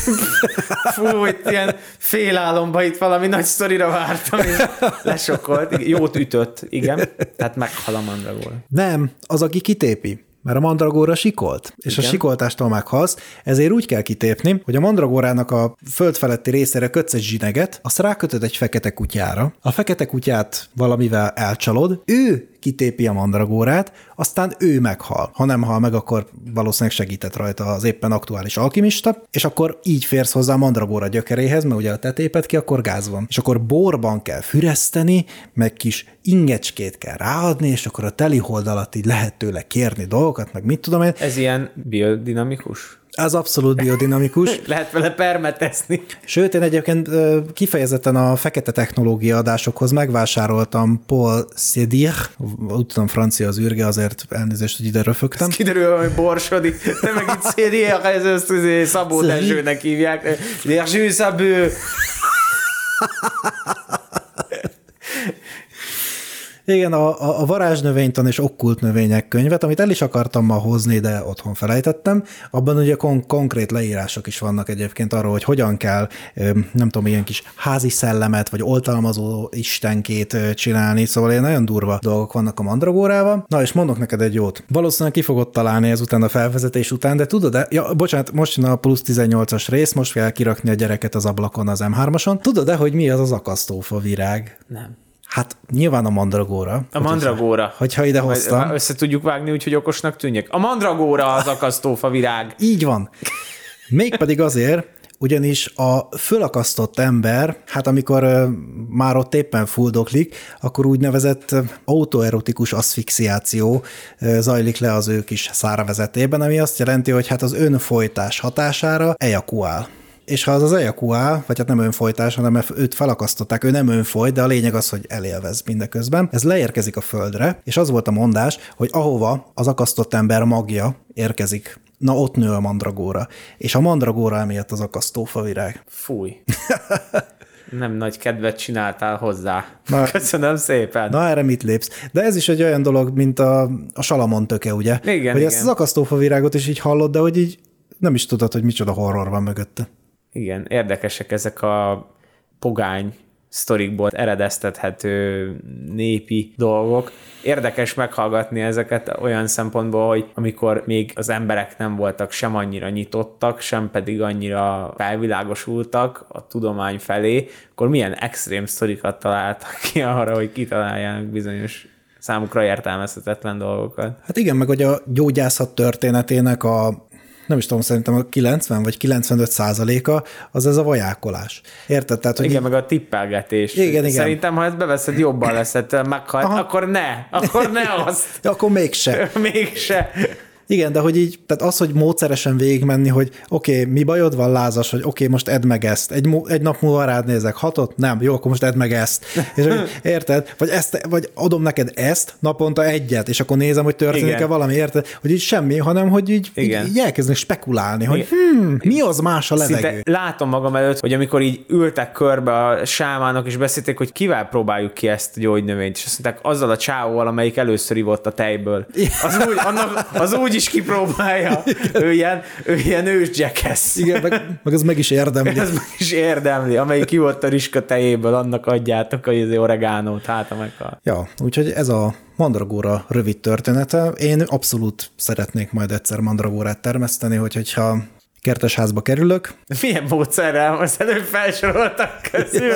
Fú, itt ilyen félálomba itt valami nagy sztorira vártam, és lesokkolt. Jót ütött, igen. Tehát meghal a mandragóra. Nem, az, aki kitépi. Mert a mandragóra sikolt, és igen. A sikoltástól meghalsz, ezért úgy kell kitépni, hogy a mandragórának a földfeletti részére kötsz egy zsineget, azt rákötöd egy fekete kutyára, a fekete kutyát valamivel elcsalod, ő kitépi a mandragórát, aztán ő meghal. Ha nem hal meg, akkor valószínűleg segített rajta az éppen aktuális alkimista, és akkor így férsz hozzá a mandragóra gyökeréhez, mert ugye te téped ki, akkor gáz van. És akkor borban kell füreszteni, meg kis ingecskét kell ráadni, és akkor a telihold alatt így lehet tőle kérni dolgokat, meg mit tudom én. Ez ilyen biodinamikus? Az abszolút biodinamikus. Lehet vele permetezni. Sőt, én egyébként kifejezetten a fekete technológia adásokhoz megvásároltam Paul Sedier, úgy tudom francia az űrge, azért elnézést, hogy ide röfögtem. Ez kiderül, hogy borsodik. Te meg itt Sedier, ez Szabó Dezsőnek hívják. Dezső Szabő. Igen, a varázsnövénytan és okkult növények könyvet, amit el is akartam ma hozni, de otthon felejtettem. Abban ugye konkrét leírások is vannak egyébként arról, hogy hogyan kell, nem tudom, ilyen kis házi szellemet, vagy oltalmazó istenkét csinálni, szóval ilyen nagyon durva dolgok vannak a mandragórával. Na, és mondok neked egy jót. Valószínűleg ki fogod találni ezután a felvezetés után, de tudod-e, bocsánat, most jön a plusz 18-as rész, most kell kirakni a gyereket az ablakon az M3-ason. Tudod-e, hogy mi az akasztófa virág? Nem. Hát nyilván a mandragóra. A mandragóra. Hogyha ide hoztam. Össze tudjuk vágni, úgyhogy okosnak tűnjek. A mandragóra az akasztófa virág. Így van. Mégpedig azért, ugyanis a fölakasztott ember, hát amikor már ott éppen fuldoklik, akkor úgynevezett autoerotikus aszfixiáció zajlik le az ő kis szárvezetében, ami azt jelenti, hogy hát az önfojtás hatására ejakuál. És ha az ejakuál, vagy hát nem önfojtás, hanem őt felakasztották, ő nem önfolyt, de a lényeg az, hogy elélvez mindeközben. Ez leérkezik a földre, és az volt a mondás, hogy ahova az akasztott ember magja érkezik na ott nő a mandragóra. És a mandragóra emiatt az akasztófa virág. Fúj. Nem nagy kedvet csináltál hozzá. Köszönöm szépen. Na, erre mit lépsz? De ez is egy olyan dolog, mint a salamon töke, ugye? Igen, hogy igen. ezt az akasztófa virágot is így hallod, de hogy így nem is tudod, hogy micsoda horror van mögötte. Igen, érdekesek ezek a pogány sztorikból eredeztethető népi dolgok. Érdekes meghallgatni ezeket olyan szempontból, hogy amikor még az emberek nem voltak sem annyira nyitottak, sem pedig annyira felvilágosultak a tudomány felé, akkor milyen extrém sztorikat találtak ki arra, hogy kitaláljanak bizonyos számukra értelmezhetetlen dolgokat. Hát igen, meg hogy a gyógyászat történetének nem is tudom, szerintem a 90 vagy 95%-a az ez a vajákolás. Érted? Tehát, hogy igen, meg a tippelgetés. Igen. Szerintem, ha ezt beveszed, jobban lesz, meghalt, akkor ne azt. Akkor mégse. Mégse. Igen, de hogy így, tehát az, hogy módszeresen végigmenni, hogy oké, mi bajod van, lázas, hogy oké, most edd meg ezt. Egy nap múlva rád nézek, 6-ot? Nem, jó, akkor most edd meg ezt. És hogy, érted? Vagy adom neked ezt, naponta 1, és akkor nézem, hogy történik-e valami, érted? Hogy így semmi, hanem hogy így elkezdenek spekulálni, hogy mi az más a levegő. Szinte látom magam előtt, hogy amikor így ültek körbe a sámánok, és beszélték, hogy kivel próbáljuk ki ezt a gyógynövényt, és azt mondták, azzal a csávóval, amelyik először ivott a tejből. Az úgy is kipróbálja. Ő ilyen ős jackass. Igen, meg az meg is érdemli. Ez meg is érdemli. Amelyik kivott a riska tejéből, annak adjátok az oregánót, hát meghal. Ja, úgyhogy ez a mandragóra rövid története. Én abszolút szeretnék majd egyszer mandragórát termeszteni, hogyha kertesházba kerülök. Milyen módszerrel most előbb felsoroltak közül?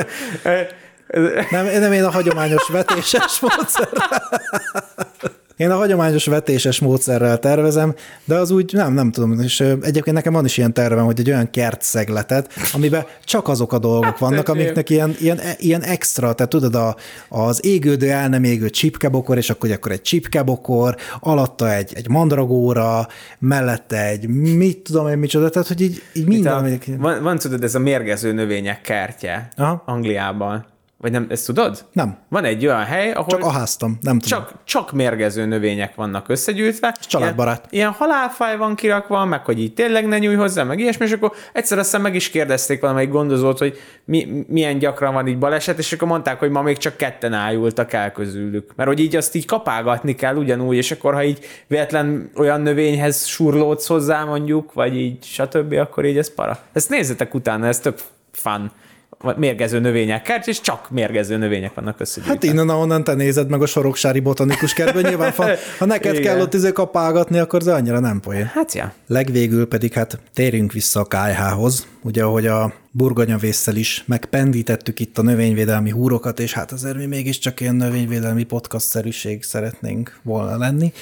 Nem én a hagyományos vetéses módszerrel. Én a hagyományos vetéses módszerrel tervezem, de az úgy nem tudom, és egyébként nekem van is ilyen tervem, hogy egy olyan kertszegletet, amiben csak azok a dolgok vannak, amiknek ilyen extra, tehát tudod, az égődő, el nem égő csipkebokor, és akkor egy csipkebokor, alatta egy mandragóra, mellette egy mit tudom én micsoda, tehát hogy így minden. Van tudod, ez a mérgező növények kertje Angliában. Vagy nem, ezt tudod? Nem. Van egy olyan hely, ahol... Csak aháztam, nem tudom. Csak mérgező növények vannak összegyűjtve. És családbarát. Ilyen halálfáj van kirakva, meg hogy így tényleg ne nyújj hozzá, meg ilyesmi, és akkor egyszer aztán meg is kérdezték valamelyik gondozót, hogy milyen gyakran van így baleset, és akkor mondták, hogy ma még csak 2 ájultak el közülük. Mert hogy így azt így kapálgatni kell ugyanúgy, és akkor ha így véletlen olyan növényhez surlódsz hozzá mondjuk, vagy így stb., akkor így ez para. Ezt nézzetek utána, ez tök fun. Mérgező növények kert, és csak mérgező növények vannak összegyűjtve. Hát innen, ahonnan te nézed meg a Soroksári botanikus kertben, nyilván ha neked kell ott kapálgatni, akkor ez annyira nem poén. Hát ja. Legvégül pedig térjünk vissza a KH-hoz, ugye ahogy a burgonyavésszel is megpendítettük itt a növényvédelmi húrokat, és hát azért mi mégiscsak ilyen növényvédelmi podcast-szerűség szeretnénk volna lenni.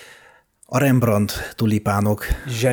A Rembrandt tulipánok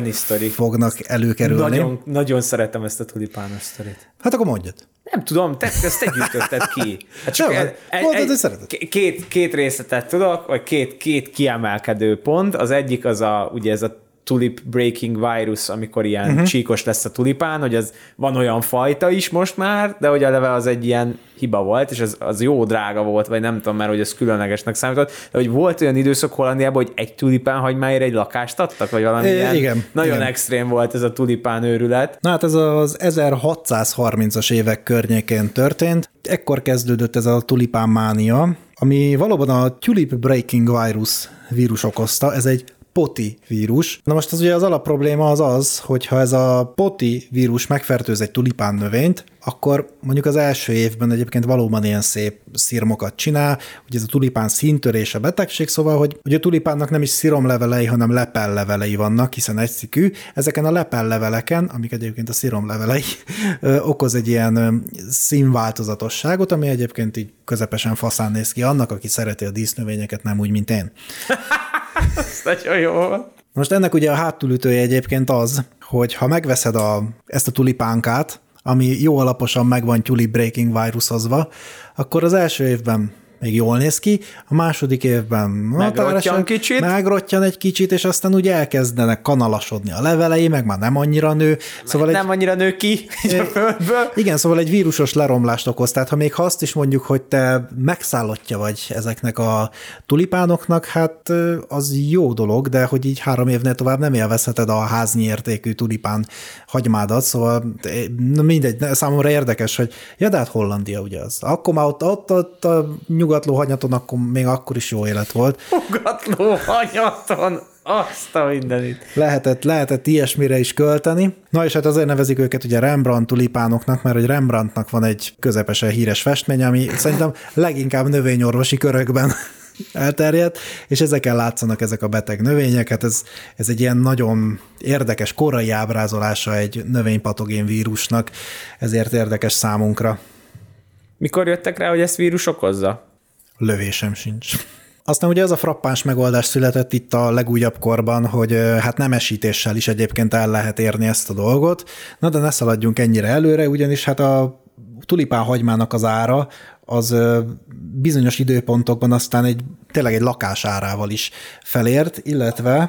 fognak előkerülni. Nagyon szeretem ezt a tulipános sztorit. Hát akkor mondjad. Nem tudom, ezt te gyűjtötted ki. Hát csak mondtad, hogy szereted. Két részletet tudok, vagy két kiemelkedő pont. Az egyik az ugye ez a tulip breaking virus, amikor ilyen csíkos lesz a tulipán, hogy van olyan fajta is most már, de hogy eleve az egy ilyen hiba volt, és az jó drága volt, vagy nem tudom már, hogy ez különlegesnek számított, de hogy volt olyan időszak Hollandiában, hogy egy tulipán hagymáért egy lakást adtak, vagy valami ilyen. Nagyon extrém volt ez a tulipán őrület. Na hát ez az 1630-as évek környékén történt. Ekkor kezdődött ez a tulipán mánia, ami valóban a tulip breaking vírus okozta. Ez egy poti vírus. Na most ugye az alapprobléma az, hogy ha ez a poti vírus megfertőz egy tulipán növényt, akkor mondjuk az első évben egyébként valóban ilyen szép szirmokat csinál, ugye ez a tulipán színtörése betegség, szóval, hogy a tulipánnak nem is sziromlevelei, hanem lepellevelei vannak, hiszen egyszikű. Ezeken a lepelleveleken, amik egyébként a sziromlevelei, okoz egy ilyen színváltozatosságot, ami egyébként így közepesen faszán néz ki annak, aki szereti a dísznövényeket, nem úgy, mint én. Ez nagyon jó. Most ennek ugye a hátulütője egyébként az, hogy ha megveszed ezt a tulipánkát, ami jó alaposan meg van tulip breaking vírusozva, akkor az első évben még jól néz ki, a második évben megrottyan egy kicsit, és aztán úgy elkezdenek kanalasodni a levelei, meg már nem annyira nő. Szóval nem annyira nő ki a földből. Igen, szóval egy vírusos leromlást okoz, tehát ha még azt is mondjuk, hogy te megszállottja vagy ezeknek a tulipánoknak, hát az jó dolog, de hogy így 3 évnél tovább nem élvezheted a háznyi értékű tulipán hagymádat, szóval mindegy, számomra érdekes, hogy ja, de hát Hollandia ugye az. Akkor már ott a nyugatló hanyaton akkor is jó élet volt. Nyugatló hanyaton! Azt a mindenit. Lehetett ilyesmire is költeni. Na és hát azért nevezik őket ugye Rembrandt tulipánoknak, mert hogy Rembrandtnak van egy közepesen híres festmény, ami szerintem leginkább növényorvosi körökben elterjedt, és ezeken látszanak ezek a beteg növények. Hát ez egy ilyen nagyon érdekes korai ábrázolása egy növénypatogén vírusnak, ezért érdekes számunkra. Mikor jöttek rá, hogy ezt vírus okozza? Lövésem sincs. Aztán ugye az a frappáns megoldás született itt a legújabb korban, hogy hát nemesítéssel is egyébként el lehet érni ezt a dolgot. Na de ne szaladjunk ennyire előre, ugyanis hát a tulipánhagymának az ára az bizonyos időpontokban aztán tényleg egy lakás árával is felért, illetve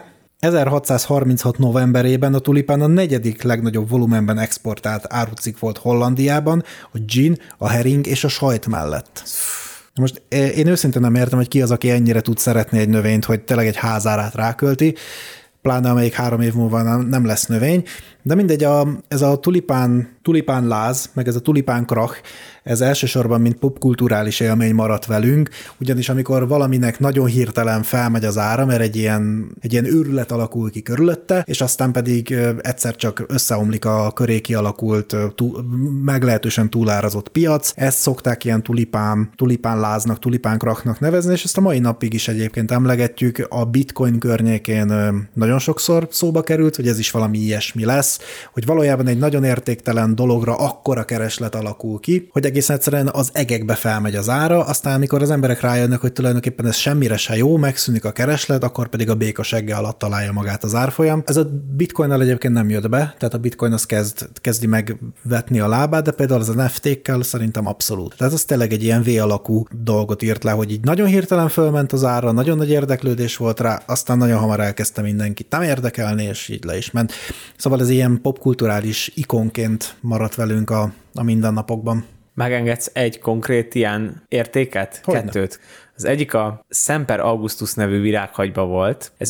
1636 novemberében a tulipán a 4. legnagyobb volumenben exportált árucikk volt Hollandiában, a gin, a hering és a sajt mellett. Most én őszintén nem értem, hogy ki az, aki ennyire tud szeretni egy növényt, hogy tényleg egy házárát rákölti, pláne amelyik 3 év múlva nem lesz növény, de mindegy, ez a tulipán láz, meg ez a tulipán krach, ez elsősorban mint popkulturális élmény maradt velünk, ugyanis amikor valaminek nagyon hirtelen felmegy az ára, mert egy ilyen őrület alakul ki körülötte, és aztán pedig egyszer csak összeomlik a köré kialakult, meglehetősen túlárazott piac, ezt szokták ilyen tulipán láznak, tulipán krachnak nevezni, és ezt a mai napig is egyébként emlegetjük. A bitcoin környékén nagyon sokszor szóba került, hogy ez is valami ilyesmi lesz, hogy valójában egy nagyon értéktelen dologra akkora kereslet alakul ki, hogy egész egyszerűen az egekbe felmegy az ára, aztán amikor az emberek rájönnek, hogy tulajdonképpen ez semmire se jó, megszűnik a kereslet, akkor pedig a béka segge alatt találja magát az árfolyam. Ez a bitcoinnal egyébként nem jött be, tehát a bitcoin az kezdi megvetni a lábát, de például az NFT-kkel szerintem abszolút. Tehát az tényleg egy ilyen V-alakú dolgot írt le, hogy így nagyon hirtelen fölment az ára, nagyon nagy érdeklődés volt rá, aztán nagyon hamar elkezdte mindenkit nem érdekelni, és így le is ment. Szóval ez ilyen popkulturális ikonként maradt velünk a mindennapokban. Megengedsz egy konkrét ilyen értéket? Hogyne. 2. Az egyik a Semper Augustus nevű virághagyba volt. Ez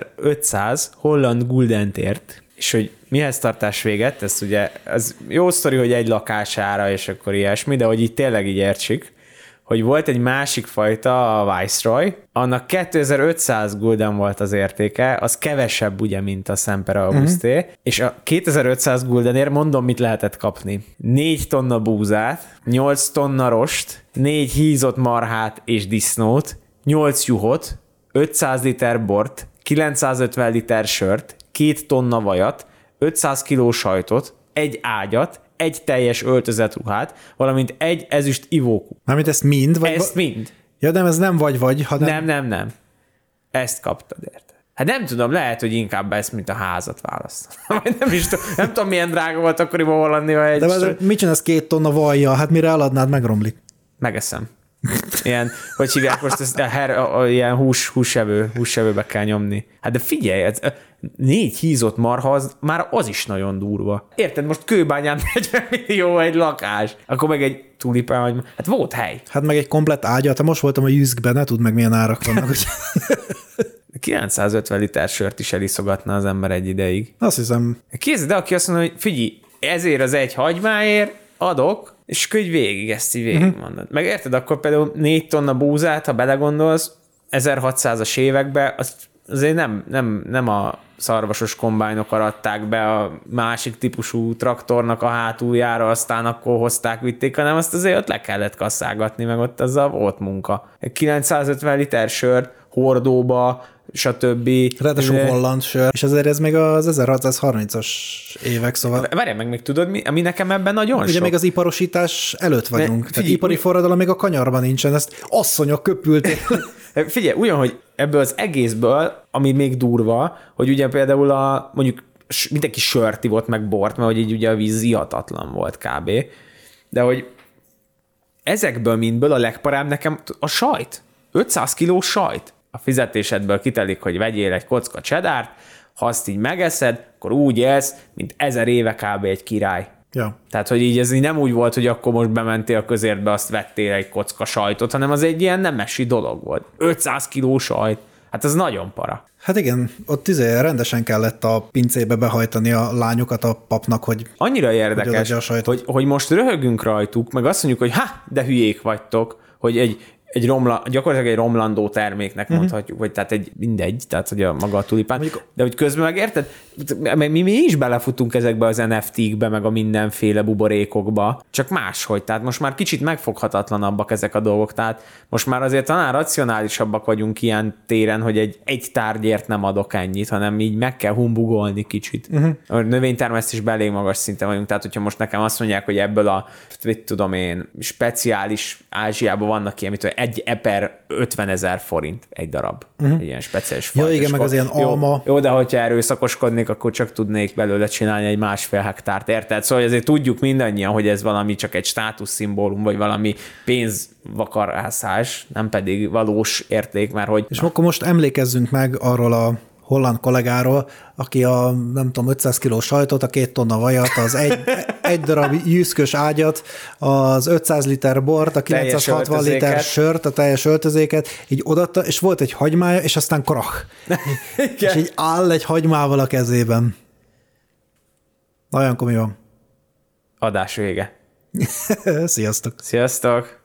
5500 holland guldent ért, és hogy mihez tartás véget, ez ugye az jó sztori, hogy egy lakására, és akkor ilyesmi, de hogy így tényleg így értsük, hogy volt egy másik fajta, a Viceroy, annak 2500 gulden volt az értéke, az kevesebb ugye, mint a Semper Augusté, és a 2500 guldenért mondom, mit lehetett kapni. 4 tonna búzát, 8 tonna rost, 4 hízott marhát és disznót, 8 juhot, 500 liter bort, 950 liter sört, 2 tonna vajat, 500 kiló sajtot, 1 ágyat, 1 teljes öltözett ruhát, valamint 1 ezüst ivókup. Mármint ezt mind? Ezt mind. Ja, nem, ez nem vagy, hanem... Nem. Ezt kaptad, érted? Hát nem tudom, lehet, hogy inkább ezt, mint a házat választom. Nem is tudom, nem tudom, milyen drága volt akkoriban Hollandia egy... De mit csinálsz 2 tonna vajjal? Hát mire eladnád, megromlik. Megeszem. Ilyen, hogy hívják most, ezt, ilyen húsevőbe kell nyomni. Hát de figyelj, ez 4 hízott marha, már az is nagyon durva. Érted, most Kőbányán 40 millió egy lakás, akkor meg egy tulipán, hát volt hely. Hát meg egy komplett ágyat, hát most voltam a Jüszkben, ne tudd meg, milyen árak vannak. 950 liter sört is eliszogatna az ember egy ideig. Azt hiszem. Képzeld, de aki azt mondja, hogy figyelj, ezért az egy hagymáért adok, és akkor így végig ezt így végigmondod. Meg érted, akkor például 4 tonna búzát, ha belegondolsz, 1600-as években, azért nem a szarvasos kombájnok aratták be a másik típusú traktornak a hátuljára, aztán akkor hozták, vitték, hanem azt azért ott le kellett kasszálgatni, meg ott azzal volt munka. 950 liter sör, hordóba, stb. Ráadásul holland sör, és azért ez még az 1630-as évek, szóval... Várjál meg, még tudod, ami nekem ebben nagyon ugye sok? még az iparosítás előtt vagyunk. Tehát ipari forradalom még a kanyarban nincsen, ezt asszonyok köpülték. Figyelj, ugyan, hogy ebből az egészből, ami még durva, hogy ugye például mondjuk mindenki sört ivott meg bort, mert hogy így ugye a víz ihatatlan volt kb. De hogy ezekből mindből a legparább nekem a sajt. 500 kiló sajt. A fizetésedből kitelik, hogy vegyél egy kocka csedárt, ha azt így megeszed, akkor úgy élsz, mint 1000 éve kb. Egy király. Ja. Tehát, hogy így ez így nem úgy volt, hogy akkor most bementél a közértbe, azt vettél egy kocka sajtot, hanem az egy ilyen nemesi dolog volt. 500 kiló sajt. Hát ez nagyon para. Hát igen, ott rendesen kellett a pincébe behajtani a lányokat a papnak, hogy annyira érdekes, hogy most röhögünk rajtuk, meg azt mondjuk, hogy de hülyék vagytok, hogy gyakorlatilag egy romlandó terméknek mondhatjuk, vagy tehát mindegy, tehát hogy a maga a tulipán, de hogy közben meg érted, mi is belefutunk ezekbe az NFT-kbe, meg a mindenféle buborékokba, csak máshogy, tehát most már kicsit megfoghatatlanabbak ezek a dolgok, tehát most már azért talán racionálisabbak vagyunk ilyen téren, hogy egy tárgyért nem adok ennyit, hanem így meg kell humbugolni kicsit. A növénytermesztésben elég magas szinten vagyunk, tehát hogyha most nekem azt mondják, hogy ebből a, mit tudom én, speciális Ázsiában vannak ilyen, egy eper 50 000 forint egy darab. Egy ilyen speciális fajta. Ja, igen, meg az ilyen alma. Jó, de hogyha erőszakoskodnék, akkor csak tudnék belőle csinálni egy 1,5 hektárt, érted? Szóval azért tudjuk mindannyian, hogy ez valami csak egy státuszszimbólum, vagy valami pénzvakarászás, nem pedig valós érték, mert hogy... És akkor most emlékezzünk meg arról a holland kollégáról, aki a, nem tudom, 500 kilós sajtot, a 2 tonna vajat, az egy darab jűszkös ágyat, az 500 liter bort, a 960 liter sört, a teljes öltözéket, így odatta, és volt egy hagymája, és aztán krach. És így áll egy hagymával a kezében. Nagyon komoly van. Adás vége. Sziasztok! Sziasztok!